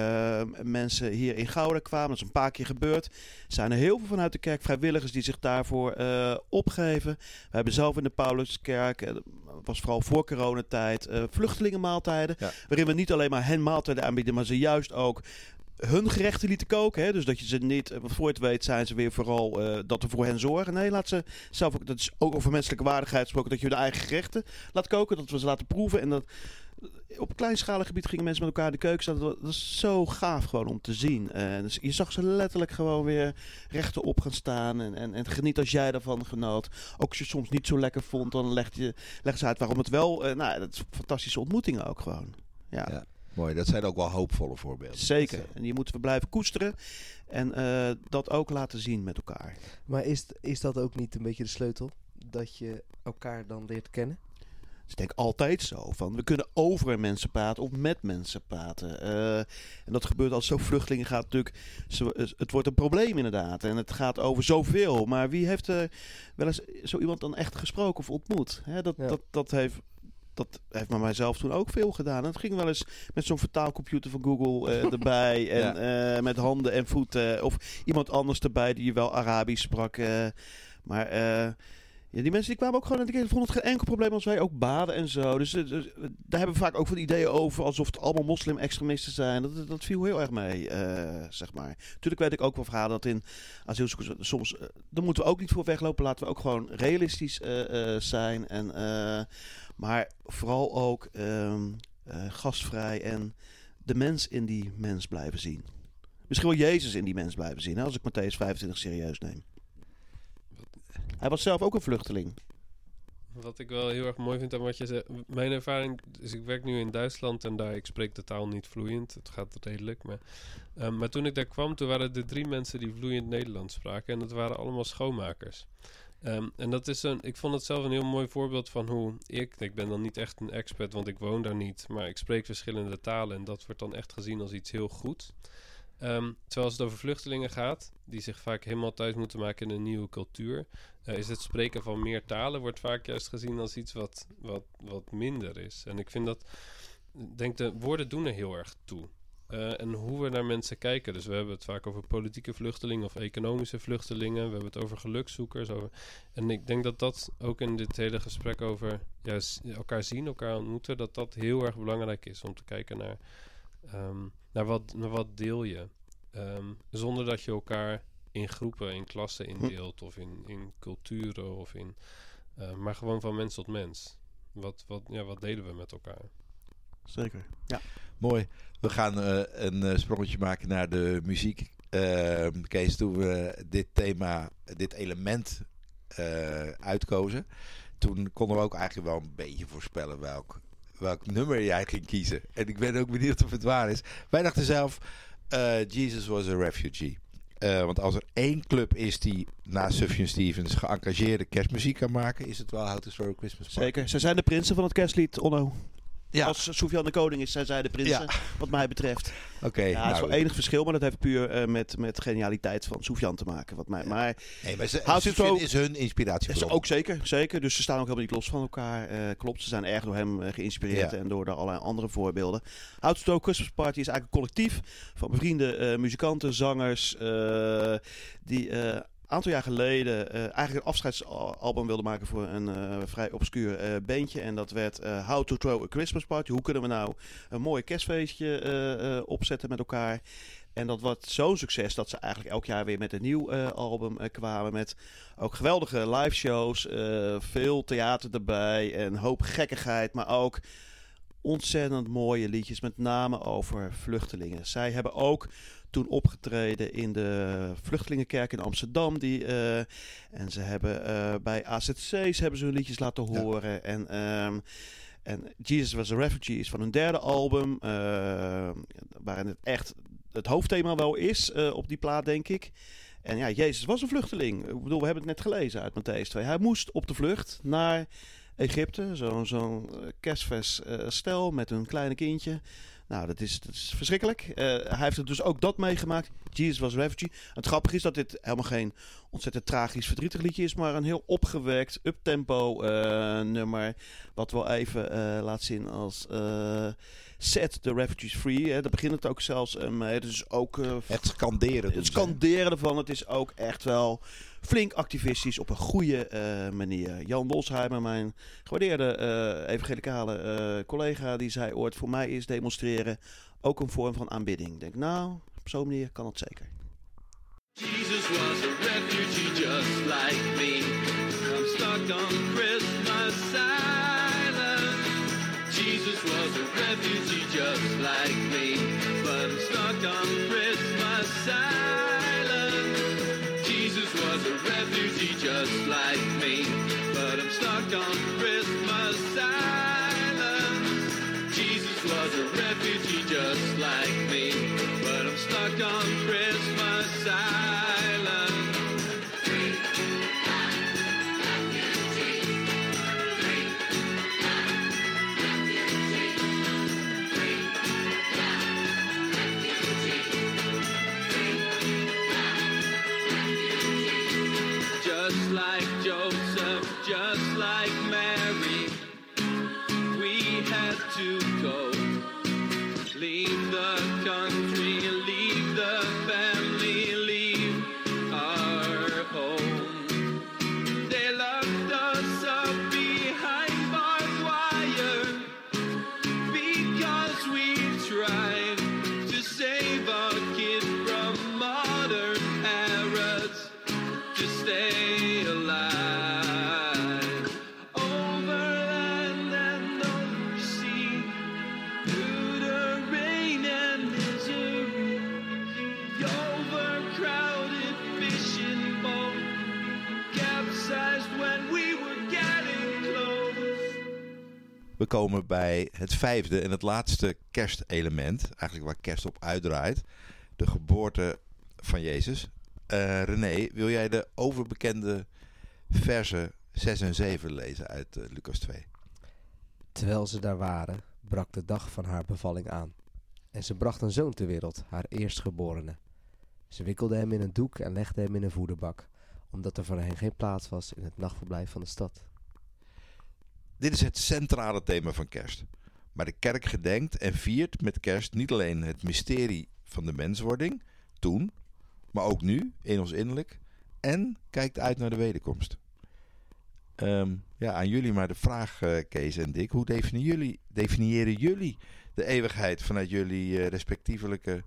Speaker 5: mensen hier in Gouda kwamen, dat is een paar keer gebeurd, zijn er heel veel vanuit de kerk vrijwilligers die zich daarvoor opgeven. We hebben zelf in de Pauluskerk, was vooral voor coronatijd, vluchtelingenmaaltijden, waarin we niet alleen maar hen maaltijden aanbieden, maar ze juist ook hun gerechten lieten koken. Hè? Dus dat je ze niet, voor je het weet zijn ze weer vooral dat we voor hen zorgen. Nee, laat ze zelf ook, dat is ook over menselijke waardigheid gesproken, dat je hun eigen gerechten laat koken, dat we ze laten proeven. En dat op kleinschalig gebied gingen mensen met elkaar in de keuken staan. Dat is zo gaaf gewoon om te zien. Dus je zag ze letterlijk gewoon weer rechtop gaan staan. En geniet als jij daarvan genoot. Ook als je het soms niet zo lekker vond, dan leg ze uit waarom het wel. Dat is een fantastische ontmoeting ook gewoon. Ja.
Speaker 2: Mooi, dat zijn ook wel hoopvolle voorbeelden.
Speaker 5: Zeker. En die moeten we blijven koesteren. En dat ook laten zien met elkaar.
Speaker 3: Maar is dat ook niet een beetje de sleutel? Dat je elkaar dan leert kennen?
Speaker 5: Dus ik denk altijd zo. Van, we kunnen over mensen praten of met mensen praten. En dat gebeurt als zo vluchtelingen gaat natuurlijk. Het wordt een probleem inderdaad. En het gaat over zoveel. Maar wie heeft er wel eens zo iemand dan echt gesproken of ontmoet? Hè, dat heeft maar mijzelf toen ook veel gedaan. Het ging wel eens met zo'n vertaalcomputer van Google erbij. En met handen en voeten. Of iemand anders erbij die wel Arabisch sprak. Maar die mensen die kwamen ook gewoon... En vonden het geen enkel probleem als wij ook baden en zo. Dus daar hebben we vaak ook van ideeën over. Alsof het allemaal moslim-extremisten zijn. Dat viel heel erg mee, zeg maar. Tuurlijk weet ik ook wel verhalen dat in asielzoekers soms... daar moeten we ook niet voor weglopen. Laten we ook gewoon realistisch zijn. Maar vooral ook gastvrij en de mens in die mens blijven zien. Misschien wel Jezus in die mens blijven zien, hè, als ik Matthäus 25 serieus neem. Hij was zelf ook een vluchteling.
Speaker 4: Wat ik wel heel erg mooi vind aan wat je zegt. Mijn ervaring, dus ik werk nu in Duitsland en daar, ik spreek de taal niet vloeiend. Het gaat redelijk. Maar toen ik daar kwam, toen waren er 3 mensen die vloeiend Nederlands spraken. En dat waren allemaal schoonmakers. En dat is ik vond het zelf een heel mooi voorbeeld van hoe ik ben dan niet echt een expert, want ik woon daar niet. Maar ik spreek verschillende talen en dat wordt dan echt gezien als iets heel goeds. Terwijl als het over vluchtelingen gaat, die zich vaak helemaal thuis moeten maken in een nieuwe cultuur, is het spreken van meer talen wordt vaak juist gezien als iets wat minder is. En ik vind dat, de woorden doen er heel erg toe. En hoe we naar mensen kijken. Dus we hebben het vaak over politieke vluchtelingen of economische vluchtelingen. We hebben het over gelukzoekers. En ik denk dat dat ook in dit hele gesprek over elkaar zien, elkaar ontmoeten, dat heel erg belangrijk is om te kijken naar wat deel je. Zonder dat je elkaar in groepen, in klassen indeelt of in culturen of maar gewoon van mens tot mens. Wat delen we met elkaar?
Speaker 5: Zeker, ja.
Speaker 2: Mooi. We gaan een sprongetje maken naar de muziek. Kees, toen we dit element uitkozen, toen konden we ook eigenlijk wel een beetje voorspellen welk nummer jij ging kiezen. En ik ben ook benieuwd of het waar is. Wij dachten zelf, Jesus was a refugee. Want als er één club is die naast Sufjan Stevens geëngageerde kerstmuziek kan maken, is het wel How to Throw a Christmas Party.
Speaker 5: Zeker. Zij zijn de prinsen van het kerstlied, Onno.
Speaker 2: Ja.
Speaker 5: Als Sufjan de koning is, zijn zij de prinsen, wat mij betreft.
Speaker 2: Oké.
Speaker 5: Ja, het is wel enig verschil, maar dat heeft puur met genialiteit van Sufjan te maken. Maar
Speaker 2: Sufjan is hun inspiratiebron.
Speaker 5: Ook zeker. Dus ze staan ook helemaal niet los van elkaar. Klopt, ze zijn erg door hem geïnspireerd en door allerlei andere voorbeelden. How to Throw a Christmas Party is eigenlijk een collectief van bevriende muzikanten, zangers, die een aantal jaar geleden eigenlijk een afscheidsalbum wilde maken voor een vrij obscuur bandje. En dat werd How to Throw a Christmas Party. Hoe kunnen we nou een mooi kerstfeestje opzetten met elkaar? En dat was zo'n succes dat ze eigenlijk elk jaar weer met een nieuw album kwamen. Met ook geweldige live shows, veel theater erbij en een hoop gekkigheid. Maar ook ontzettend mooie liedjes, met name over vluchtelingen. Zij hebben ook toen opgetreden in de Vluchtelingenkerk in Amsterdam. En ze hebben bij AZC's hebben ze hun liedjes laten horen. Ja. En Jesus was a Refugee is van hun derde album. Waarin het echt het hoofdthema wel is op die plaat, denk ik. En ja, Jezus was een vluchteling. Ik bedoel, we hebben het net gelezen uit Mattheüs 2. Hij moest op de vlucht naar Egypte. Zo'n kerstvers stel met een kleine kindje. Nou, dat is verschrikkelijk. Hij heeft er dus ook dat meegemaakt. Jesus was a Refugee. Het grappige is dat dit helemaal geen ontzettend tragisch, verdrietig liedje is, maar een heel opgewekt, uptempo nummer. Wat wel even laat zien als Set the Refugees Free. Daar begint het ook zelfs mee. Dus ook
Speaker 2: het scanderen.
Speaker 5: Het scanderen ervan. Het is ook echt wel flink activistisch op een goede manier. Jan Wolsheimer, mijn gewaardeerde evangelicale collega, die zei ooit: voor mij is demonstreren ook een vorm van aanbidding. Ik denk, nou, op zo'n manier kan het zeker.
Speaker 6: Jesus was a refugee just like me. I'm stuck on Christmas Island. Jesus was a refugee just like me, but I'm stuck on Christmas Island. Jesus was a refugee just like me, but I'm stuck on Christmas Island. Jesus was a refugee just like me, but I'm stuck on Christmas Island. Just like Joseph, just like Mary, we had to go. Leave the country, leave the family, leave our home. They left us up behind barbed wire because we tried to save our kid from modern Herods to stay alive. Over land and over sea, through the rain and misery, the overcrowded fishing boat capsized when we were getting close.
Speaker 2: We komen bij het vijfde en het laatste kerstelement. Eigenlijk waar kerst op uitdraait. De geboorte van Jezus. René, wil jij de overbekende versen 6 en 7 lezen uit Lucas 2?
Speaker 3: Terwijl ze daar waren, brak de dag van haar bevalling aan. En ze bracht een zoon ter wereld, haar eerstgeborene. Ze wikkelde hem in een doek en legde hem in een voederbak, omdat er voor hen geen plaats was in het nachtverblijf van de stad.
Speaker 2: Dit is het centrale thema van kerst. Maar de kerk gedenkt en viert met kerst niet alleen het mysterie van de menswording, toen, maar ook nu, in ons innerlijk, en kijkt uit naar de wederkomst. Aan jullie maar de vraag, Kees en Dick. Hoe definiëren jullie de eeuwigheid vanuit jullie respectievelijke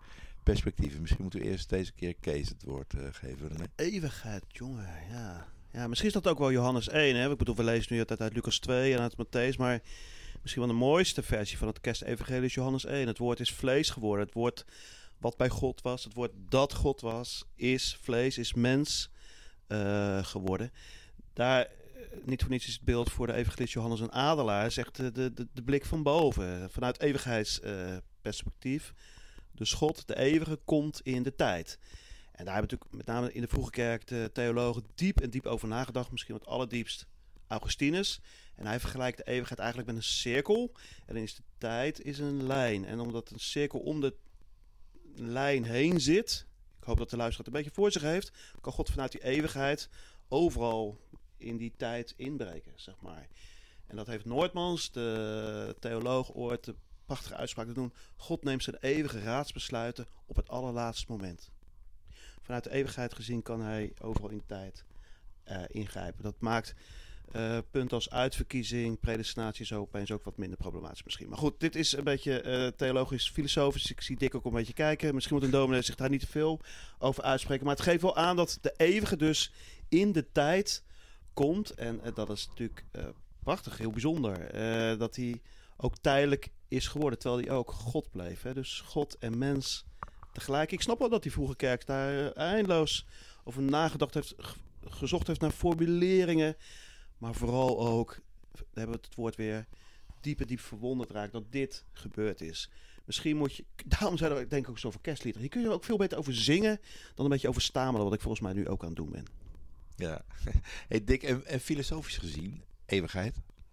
Speaker 2: perspectieven. Misschien moeten we eerst deze keer Kees het woord geven. René.
Speaker 5: Eeuwigheid, jongen, ja. Ja, misschien is dat ook wel Johannes 1, hè. Ik bedoel, we lezen nu uit Lucas 2 en uit Matthäus, maar misschien wel de mooiste versie van het kerstevangelie is Johannes 1. Het woord is vlees geworden. Het woord wat bij God was, het woord dat God was, is vlees, is mens geworden. Daar, niet voor niets is het beeld voor de evangelist Johannes een adelaar, zegt de blik van boven, vanuit eeuwigheidsperspectief. Dus God, de eeuwige, komt in de tijd. En daar hebben natuurlijk met name in de vroege kerk de theologen diep over nagedacht. Misschien het allerdiepst Augustinus. En hij vergelijkt de eeuwigheid eigenlijk met een cirkel. En dan is de tijd is een lijn. En omdat een cirkel om de lijn heen zit, ik hoop dat de luisteraar het een beetje voor zich heeft, kan God vanuit die eeuwigheid overal in die tijd inbreken, zeg maar. En dat heeft Noordmans, de theoloog, ooit de prachtige uitspraak te doen. God neemt zijn eeuwige raadsbesluiten op het allerlaatste moment. Vanuit de eeuwigheid gezien kan hij overal in de tijd ingrijpen. Dat maakt punten als uitverkiezing, predestinatie zo opeens ook wat minder problematisch misschien. Maar goed, dit is een beetje theologisch, filosofisch. Ik zie Dick ook een beetje kijken. Misschien moet een dominee zich daar niet te veel over uitspreken. Maar het geeft wel aan dat de eeuwige dus in de tijd komt. En dat is natuurlijk prachtig, heel bijzonder. Dat hij ook tijdelijk is geworden, terwijl hij ook God bleef. Hè? Dus God en mens tegelijk. Ik snap wel dat die vroege kerk daar eindeloos over nagedacht heeft, gezocht heeft naar formuleringen. Maar vooral ook, we hebben het woord weer, diep verwonderd raakt dat dit gebeurd is. Misschien moet je, daarom zijn er denk ik ook zoveel kerstliederen. Hier kun je ook veel beter over zingen dan een beetje over stamelen, wat ik volgens mij nu ook aan het doen ben.
Speaker 2: Ja. Hey Dick, en filosofisch gezien, eeuwigheid?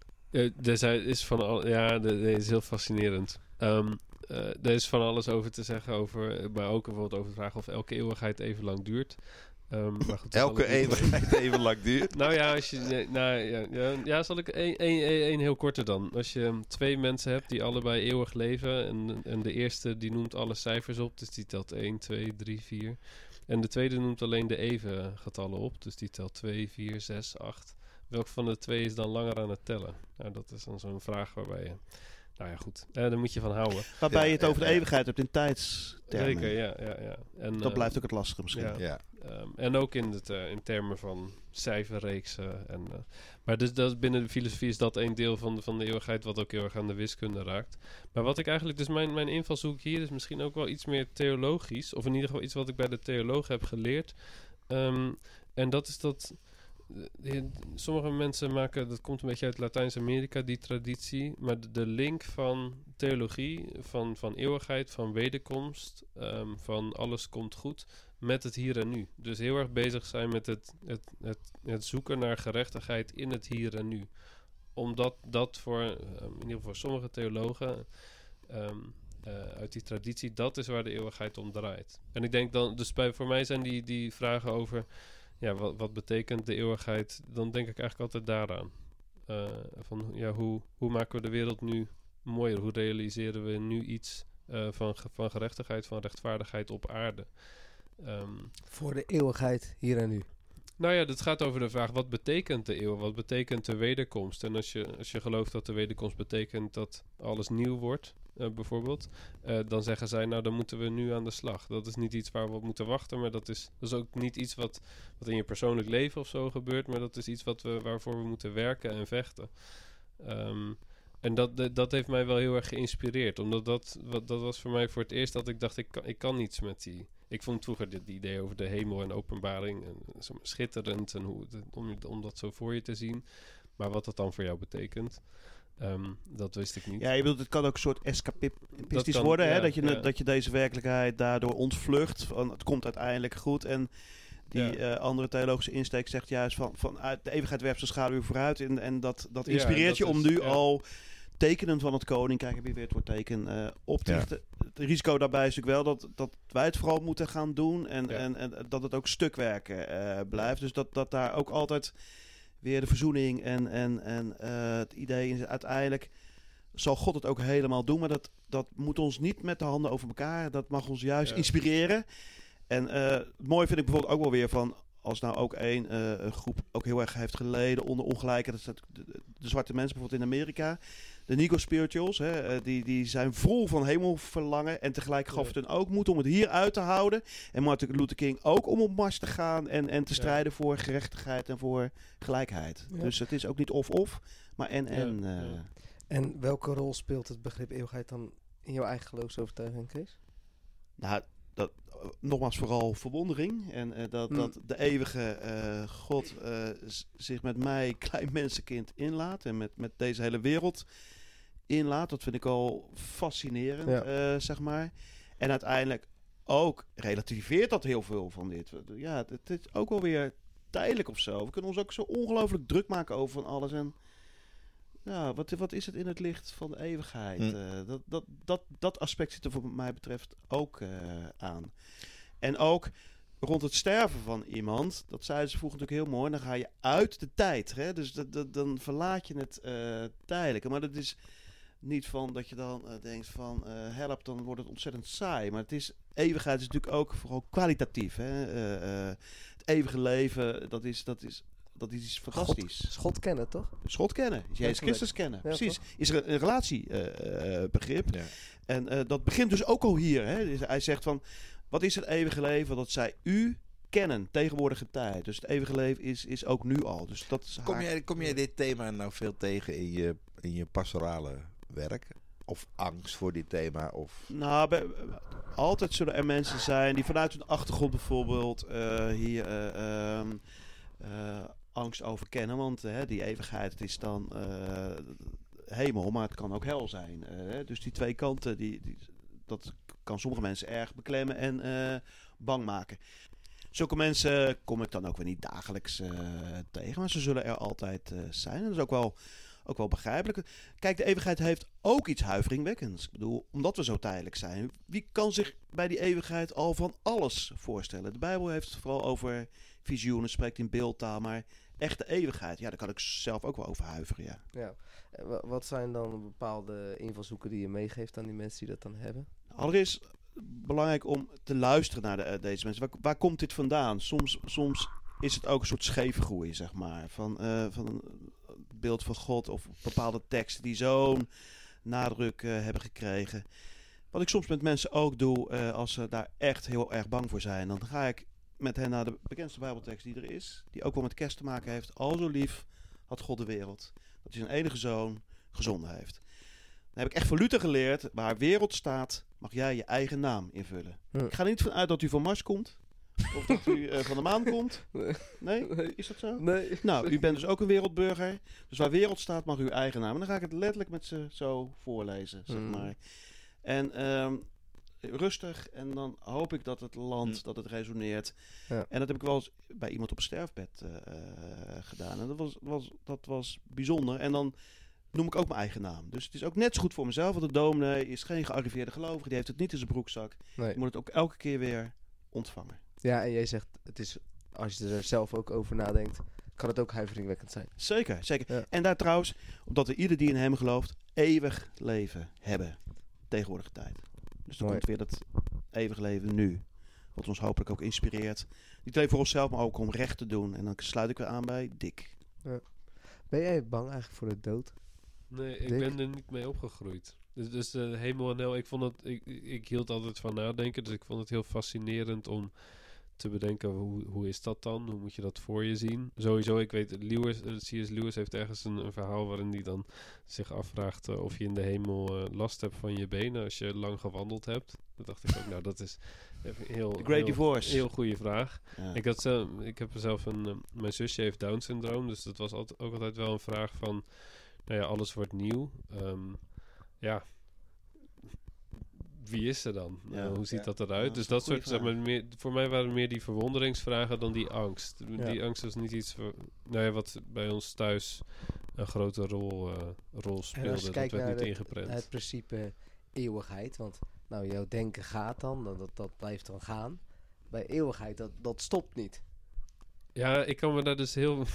Speaker 4: Er is van al, ja, dat is heel fascinerend. Er is van alles over te zeggen, maar ook bijvoorbeeld over de vraag of elke eeuwigheid even lang duurt. Maar goed,
Speaker 2: elke eeuwigheid even lang duurt?
Speaker 4: Nou ja, als je, zal ik één heel korte dan. Als je 2 mensen hebt die allebei eeuwig leven en de eerste die noemt alle cijfers op, dus die telt 1, 2, 3, 4. En de tweede noemt alleen de even getallen op, dus die telt 2, 4, 6, 8. Welk van de 2 is dan langer aan het tellen? Nou, dat is dan zo'n vraag waarbij je... Nou ja, goed. Daar moet je van houden.
Speaker 5: Waarbij je het over de eeuwigheid hebt in tijdstermen.
Speaker 4: Zeker, ja. En,
Speaker 5: dat blijft ook het lastige misschien.
Speaker 4: Ja. En ook in termen van cijferreeksen. Maar dus dat binnen de filosofie is dat een deel van de eeuwigheid wat ook heel erg aan de wiskunde raakt. Maar wat ik eigenlijk... Dus mijn invalshoek hier is misschien ook wel iets meer theologisch. Of in ieder geval iets wat ik bij de theoloog heb geleerd. En dat is dat... Sommige mensen maken, dat komt een beetje uit Latijns-Amerika, die traditie, maar de link van theologie, van eeuwigheid, van wederkomst, van alles komt goed, met het hier en nu. Dus heel erg bezig zijn met het zoeken naar gerechtigheid in het hier en nu. Omdat dat voor, in ieder geval voor sommige theologen, uit die traditie, dat is waar de eeuwigheid om draait. En ik denk dan, dus voor mij zijn die vragen over... Ja, wat betekent de eeuwigheid? Dan denk ik eigenlijk altijd daaraan. Hoe maken we de wereld nu mooier? Hoe realiseren we nu iets van gerechtigheid, van rechtvaardigheid op aarde?
Speaker 3: Voor de eeuwigheid hier en nu.
Speaker 4: Nou ja, dat gaat over de vraag, wat betekent de eeuw? Wat betekent de wederkomst? En als je gelooft dat de wederkomst betekent dat alles nieuw wordt... bijvoorbeeld, dan zeggen zij, nou dan moeten we nu aan de slag. Dat is niet iets waar we op moeten wachten, maar dat is ook niet iets wat in je persoonlijk leven of zo gebeurt, maar dat is iets waarvoor we moeten werken en vechten. En dat heeft mij wel heel erg geïnspireerd, omdat dat was voor mij voor het eerst dat ik dacht, ik kan niets met die... Ik vond vroeger dit idee over de hemel en openbaring schitterend en om dat zo voor je te zien, maar wat dat dan voor jou betekent... dat wist ik niet.
Speaker 5: Ja, je bedoelt, het kan ook een soort escapistisch worden, hè? Dat je deze werkelijkheid daardoor ontvlucht. Het komt uiteindelijk goed. En die andere theologische insteek zegt juist van uit de eeuwigheid werpt zijn schaduw vooruit. En dat inspireert je om nu al tekenen van het koninkrijk, heb je weer het woord teken, op te richten. Het risico daarbij is natuurlijk wel dat wij het vooral moeten gaan doen. En dat het ook stukwerken blijft. Dus dat daar ook altijd... weer de verzoening en het idee is uiteindelijk zal God het ook helemaal doen, maar dat moet ons niet met de handen over elkaar. Dat mag ons juist inspireren. En het mooie vind ik bijvoorbeeld ook wel weer van als nou ook een groep ook heel erg heeft geleden onder ongelijkheid. Dat is de zwarte mensen bijvoorbeeld in Amerika. De Nico-spirituals, die zijn vol van hemelverlangen. En tegelijk gaf het hun ook moed om het hier uit te houden. En Martin Luther King ook om op mars te gaan en te strijden voor gerechtigheid en voor gelijkheid.
Speaker 3: Ja.
Speaker 5: Dus het is ook niet of, maar en.
Speaker 4: Ja.
Speaker 3: En welke rol speelt het begrip eeuwigheid dan in jouw eigen geloofsovertuiging, Kees?
Speaker 5: Nou, nogmaals vooral verwondering. En dat de eeuwige God zich met mij, klein mensenkind, inlaat. En met deze hele wereld inlaat. Dat vind ik al fascinerend, zeg maar. En uiteindelijk ook relativeert dat heel veel van dit. Ja, het is ook wel weer tijdelijk of zo. We kunnen ons ook zo ongelooflijk druk maken over van alles. En ja, wat is het in het licht van de eeuwigheid? Dat aspect zit er voor mij betreft ook aan. En ook rond het sterven van iemand, dat zeiden ze vroeger natuurlijk heel mooi, dan ga je uit de tijd. Hè? Dus dan verlaat je het tijdelijke. Maar dat is niet van dat je dan denkt van help, dan wordt het ontzettend saai. Maar eeuwigheid is natuurlijk ook vooral kwalitatief. Hè? Het eeuwige leven, dat is iets fantastisch.
Speaker 3: God kennen, toch?
Speaker 5: God kennen. Jezus Christus kennen.
Speaker 3: Ja,
Speaker 5: precies.
Speaker 3: toch?
Speaker 5: Is er een relatiebegrip.
Speaker 2: Ja.
Speaker 5: En dat begint dus ook al hier. Hè? Dus hij zegt van, wat is het eeuwige leven? Dat zij u kennen, tegenwoordige tijd. Dus het eeuwige leven is ook nu al. Dus dat is
Speaker 2: Kom jij dit thema nou veel tegen in je pastorale werk? Of angst voor dit thema? Of...
Speaker 5: Nou, altijd zullen er mensen zijn die vanuit hun achtergrond bijvoorbeeld hier angst over kennen. Want die eeuwigheid, het is dan hemel, maar het kan ook hel zijn. Dus die twee kanten, dat kan sommige mensen erg beklemmen en bang maken. Zulke mensen kom ik dan ook weer niet dagelijks tegen, maar ze zullen er altijd zijn. En dat is ook wel begrijpelijk. Kijk, de eeuwigheid heeft ook iets huiveringwekkends. Ik bedoel, omdat we zo tijdelijk zijn. Wie kan zich bij die eeuwigheid al van alles voorstellen? De Bijbel heeft het vooral over visioenen, spreekt in beeldtaal, maar echte eeuwigheid, ja, daar kan ik zelf ook wel over huiveren, ja.
Speaker 3: Ja. Wat zijn dan bepaalde invalshoeken die je meegeeft aan die mensen die dat dan hebben?
Speaker 5: Allereerst belangrijk om te luisteren naar deze mensen. Waar komt dit vandaan? Soms is het ook een soort scheefgroei, zeg maar. Van een beeld van God of bepaalde teksten die zo'n nadruk hebben gekregen. Wat ik soms met mensen ook doe, als ze daar echt heel erg bang voor zijn, dan ga ik met hen naar de bekendste Bijbeltekst die er is, die ook wel met kerst te maken heeft. Al zo lief had God de wereld, dat hij zijn enige zoon gezonden heeft. Dan heb ik echt van Luther geleerd, waar wereld staat, mag jij je eigen naam invullen.
Speaker 3: Ja.
Speaker 5: Ik ga er niet vanuit dat u van Mars komt, of dat u van de maan komt. Nee? Is dat zo?
Speaker 3: Nee.
Speaker 5: Nou, u bent dus ook een wereldburger. Dus waar wereld staat, mag uw eigen naam. En dan ga ik het letterlijk met ze zo voorlezen, zeg maar. En rustig. En dan hoop ik dat het landt, dat het resoneert.
Speaker 3: Ja.
Speaker 5: En dat heb ik wel eens bij iemand op een sterfbed gedaan. En dat was bijzonder. En dan noem ik ook mijn eigen naam. Dus het is ook net zo goed voor mezelf. Want de dominee is geen gearriveerde gelovige. Die heeft het niet in zijn broekzak.
Speaker 3: Nee.
Speaker 5: Je moet het ook elke keer weer ontvangen.
Speaker 3: Ja, en jij zegt, het is, als je er zelf ook over nadenkt, kan het ook huiveringwekkend zijn.
Speaker 5: Zeker, zeker.
Speaker 3: Ja.
Speaker 5: En daar trouwens, omdat we ieder die in hem gelooft, eeuwig leven hebben. Tegenwoordige tijd. Dus dan
Speaker 3: Mooi.
Speaker 5: komt weer dat eeuwig leven nu. Wat ons hopelijk ook inspireert. Niet alleen voor onszelf, maar ook om recht te doen. En dan sluit ik weer aan bij Dick.
Speaker 3: Ben jij bang eigenlijk voor de dood?
Speaker 4: Nee, ik
Speaker 3: Dick?
Speaker 4: ben er niet mee opgegroeid. Dus hemel en hel, ik hield altijd van nadenken. Dus ik vond het heel fascinerend om te bedenken, hoe is dat dan? Hoe moet je dat voor je zien? Sowieso, ik weet, C.S. Lewis heeft ergens een verhaal waarin hij dan zich afvraagt of je in de hemel last hebt van je benen als je lang gewandeld hebt. Dat dacht ik ook, nou dat is
Speaker 5: The Great Divorce.
Speaker 4: heel goede vraag.
Speaker 5: Ja.
Speaker 4: Ik heb zelf mijn zusje heeft Down syndroom, dus dat was ook altijd wel een vraag van, nou ja, alles wordt nieuw. Ja, wie is er dan?
Speaker 5: Ja.
Speaker 4: Hoe ziet
Speaker 3: Ja.
Speaker 4: dat eruit?
Speaker 5: Ja,
Speaker 4: Dus
Speaker 5: dat is
Speaker 4: dat
Speaker 5: een
Speaker 4: soort,
Speaker 5: goede
Speaker 4: zeg maar, voor mij waren het meer die verwonderingsvragen dan die angst.
Speaker 3: Ja.
Speaker 4: Die angst was niet iets wat bij ons thuis een grote rol speelde.
Speaker 3: als je
Speaker 4: Dat
Speaker 3: kijkt
Speaker 4: werd
Speaker 3: naar
Speaker 4: niet ingeprent.
Speaker 3: het principe eeuwigheid, want nou, jouw denken gaat dan, dat blijft dan gaan. Bij eeuwigheid, dat stopt niet.
Speaker 4: Ja, ik kan me daar dus heel...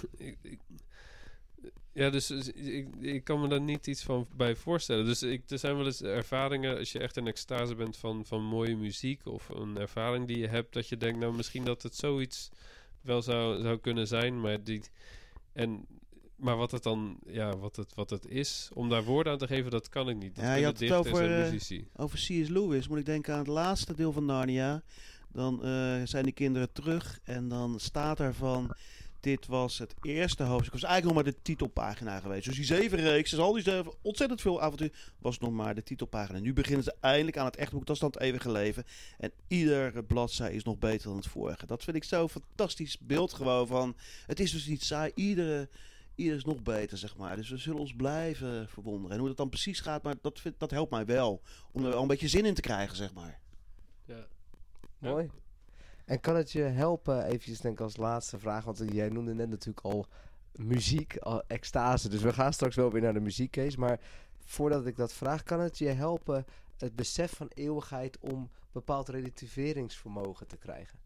Speaker 4: ik kan me daar niet iets van bij voorstellen. Dus er zijn wel eens ervaringen, als je echt in extase bent van mooie muziek of een ervaring die je hebt, dat je denkt, nou misschien dat het zoiets wel zou kunnen zijn, maar Maar wat het dan, wat het is, om daar woorden aan te geven, dat kan ik niet. Dat
Speaker 5: Ja, je
Speaker 4: kunnen
Speaker 5: had het
Speaker 4: dichters en
Speaker 5: over,
Speaker 4: muzici.
Speaker 5: over C.S. Lewis. Moet ik denken aan het laatste deel van Narnia. Dan zijn die kinderen terug en dan staat er van... Dit was het eerste hoofdstuk. Het was eigenlijk nog maar de titelpagina geweest. Dus die 7 reeks, dus al die 7, ontzettend veel avontuur, was nog maar de titelpagina. Nu beginnen ze eindelijk aan het echte boek. Dat is dan het eeuwige leven. En iedere bladzij is nog beter dan het vorige. Dat vind ik zo'n fantastisch beeld gewoon van... Het is dus niet saai. Iedere is nog beter, zeg maar. Dus we zullen ons blijven verwonderen. En hoe dat dan precies gaat, maar dat helpt mij wel. Om er wel een beetje zin in te krijgen, zeg maar.
Speaker 4: Ja.
Speaker 3: Mooi. En kan het je helpen, eventjes denk ik als laatste vraag, want jij noemde net natuurlijk al muziek, al extase, dus we gaan straks wel weer naar de muziekcase, maar voordat ik dat vraag, kan het je helpen het besef van eeuwigheid om bepaald relativeringsvermogen te krijgen?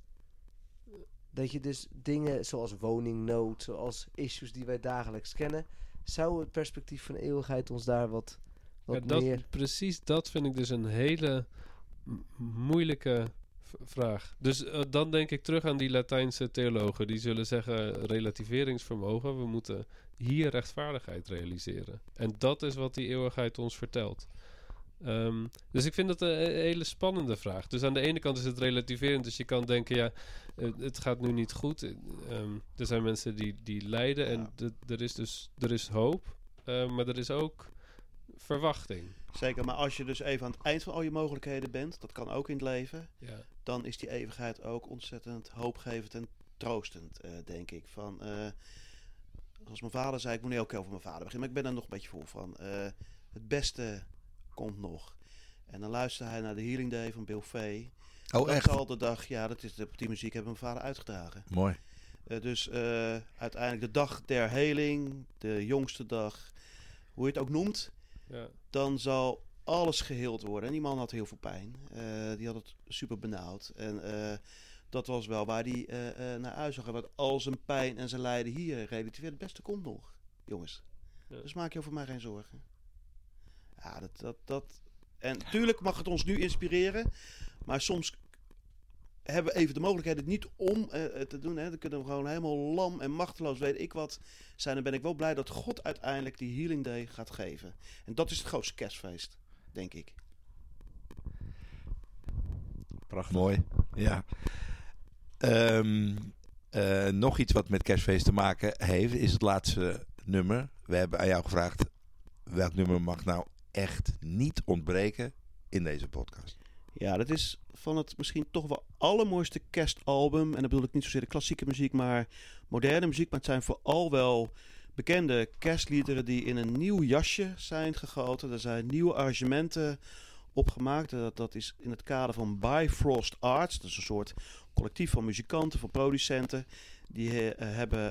Speaker 3: Dat je dus dingen zoals woningnood, zoals issues die wij dagelijks kennen, zou het perspectief van eeuwigheid ons daar wat meer...
Speaker 4: Precies dat vind ik dus een hele moeilijke vraag. Dus dan denk ik terug aan die Latijnse theologen. Die zullen zeggen relativeringsvermogen. We moeten hier rechtvaardigheid realiseren. En dat is wat die eeuwigheid ons vertelt. Dus ik vind dat een hele spannende vraag. Dus aan de ene kant is het relativerend. Dus je kan denken, het gaat nu niet goed. Er zijn mensen die lijden. En er is hoop. Maar er is ook verwachting.
Speaker 5: Zeker, maar als je dus even aan het eind van al je mogelijkheden bent, dat kan ook in het leven, dan is die eeuwigheid ook ontzettend hoopgevend en troostend, denk ik. Als mijn vader zei, ik moet niet elke keer over mijn vader beginnen, maar ik ben er nog een beetje vol van. Het beste komt nog. En dan luisterde hij naar de Healing Day van Bill Fay.
Speaker 2: Oh,
Speaker 5: dat
Speaker 2: echt?
Speaker 5: Al de dag, op die muziek hebben mijn vader uitgedragen.
Speaker 2: Mooi.
Speaker 5: Dus uiteindelijk de dag der heling, de jongste dag, hoe je het ook noemt, dan zal alles geheeld worden. En die man had heel veel pijn. Die had het super benauwd. En dat was wel waar hij naar uitzag. Want al zijn pijn en zijn lijden hier relativeert. Het beste komt nog, jongens. Ja. Dus maak je over mij geen zorgen. Ja, dat. En natuurlijk mag het ons nu inspireren. Maar soms hebben we even de mogelijkheid het niet om te doen. Hè. Dan kunnen we gewoon helemaal lam en machteloos, weet ik wat, zijn. Dan ben ik wel blij dat God uiteindelijk die Healing Day gaat geven. En dat is het grootste kerstfeest, denk ik.
Speaker 2: Prachtig. Mooi, ja. Nog iets wat met kerstfeest te maken heeft, is het laatste nummer. We hebben aan jou gevraagd, welk nummer mag nou echt niet ontbreken in deze podcast?
Speaker 5: Ja, dat is van het misschien toch wel allermooiste kerstalbum. En dan bedoel ik niet zozeer de klassieke muziek, maar moderne muziek. Maar het zijn vooral wel bekende kerstliederen die in een nieuw jasje zijn gegoten. Er zijn nieuwe arrangementen opgemaakt. Dat is in het kader van Bifrost Arts. Dat is een soort collectief van muzikanten, van producenten. Die hebben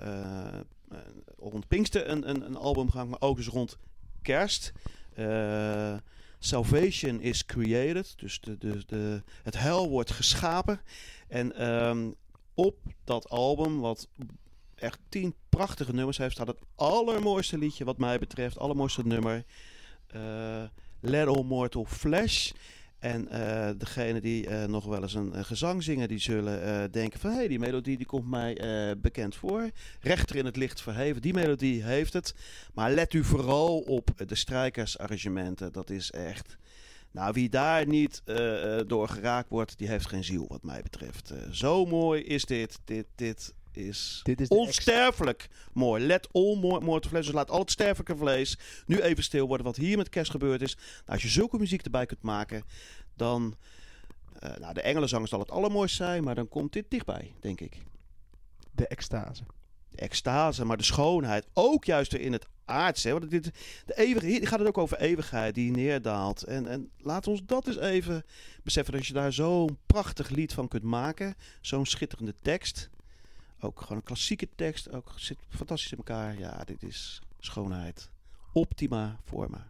Speaker 5: rond Pinkster een album gemaakt, maar ook dus rond kerst. Salvation is created, dus het heil wordt geschapen. En op dat album, wat echt 10 prachtige nummers heeft, staat het allermooiste liedje wat mij betreft, allermooiste nummer, Let All Mortal Flesh. En degene die nog wel eens een gezang zingen, die zullen denken van, hey, die melodie die komt mij bekend voor. Rechter in het licht verheven, die melodie heeft het. Maar let u vooral op de strijkersarrangementen. Dat is echt... Nou, wie daar niet door geraakt wordt, die heeft geen ziel wat mij betreft. Zo mooi is dit. Dit is onsterfelijk mooi. Let all mortal flesh. Dus laat al het sterfelijke vlees nu even stil worden. Wat hier met kerst gebeurd is. Nou, als je zulke muziek erbij kunt maken, dan... de engelenzang zal het allermooiste zijn, maar dan komt dit dichtbij, denk ik.
Speaker 3: De extase.
Speaker 5: De extase, maar de schoonheid. Ook juist weer in het aardse. Want hier gaat het ook over eeuwigheid die neerdaalt. En laat ons dat eens even beseffen. Dat je daar zo'n prachtig lied van kunt maken. Zo'n schitterende tekst. Ook gewoon een klassieke tekst. Ook zit fantastisch in elkaar. Ja, dit is schoonheid. Optima forma.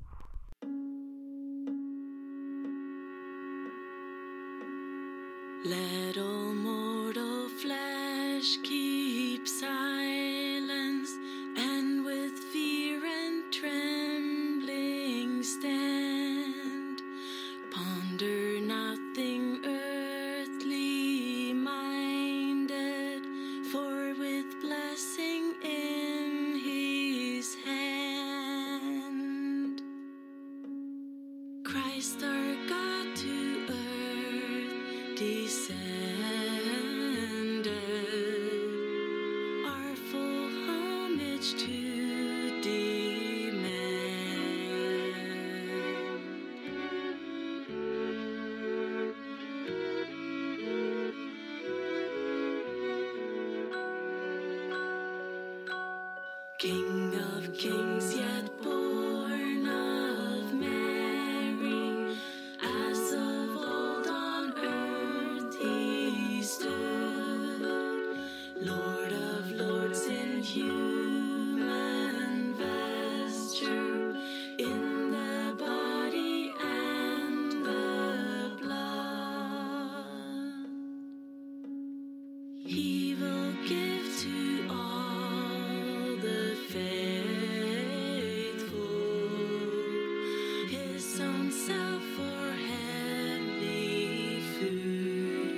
Speaker 7: Let all mortal flesh keep silence, and with fear and trembling stand. Ponder nothing earthly minded, for with blessing in Christ our God to earth descended, our full homage to King of kings, yet born of Mary, as of old on earth he stood, Lord of lords in human vesture, in the body and the blood. He will give to all the faithful his own self for heavenly food.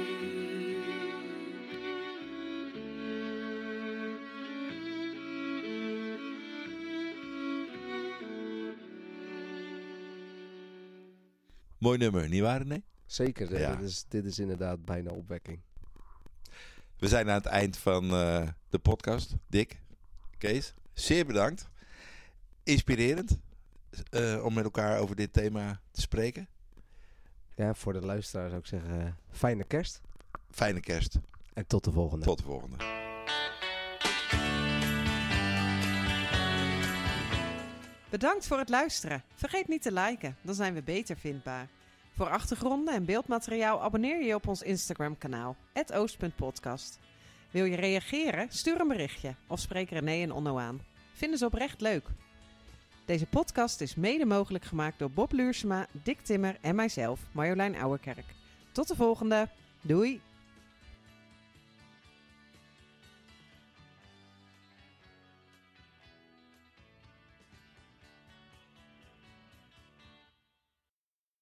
Speaker 2: Mooi nummer, nietwaar René?
Speaker 3: Zeker,
Speaker 2: Ja.
Speaker 3: dit is inderdaad bijna opwekking.
Speaker 2: We zijn aan het eind van de podcast. Dick, Kees, zeer bedankt. Inspirerend om met elkaar over dit thema te spreken.
Speaker 3: Ja, voor de luisteraar zou ik zeggen, fijne kerst.
Speaker 2: Fijne kerst.
Speaker 3: En tot de volgende.
Speaker 2: Tot de volgende.
Speaker 1: Bedankt voor het luisteren. Vergeet niet te liken, dan zijn we beter vindbaar. Voor achtergronden en beeldmateriaal abonneer je op ons Instagram-kanaal, @oost.podcast. Wil je reageren? Stuur een berichtje of spreek René en Onno aan. Vinden ze oprecht leuk. Deze podcast is mede mogelijk gemaakt door Bob Luursema, Dick Timmer en mijzelf, Marjolein Ouwerkerk. Tot de volgende. Doei!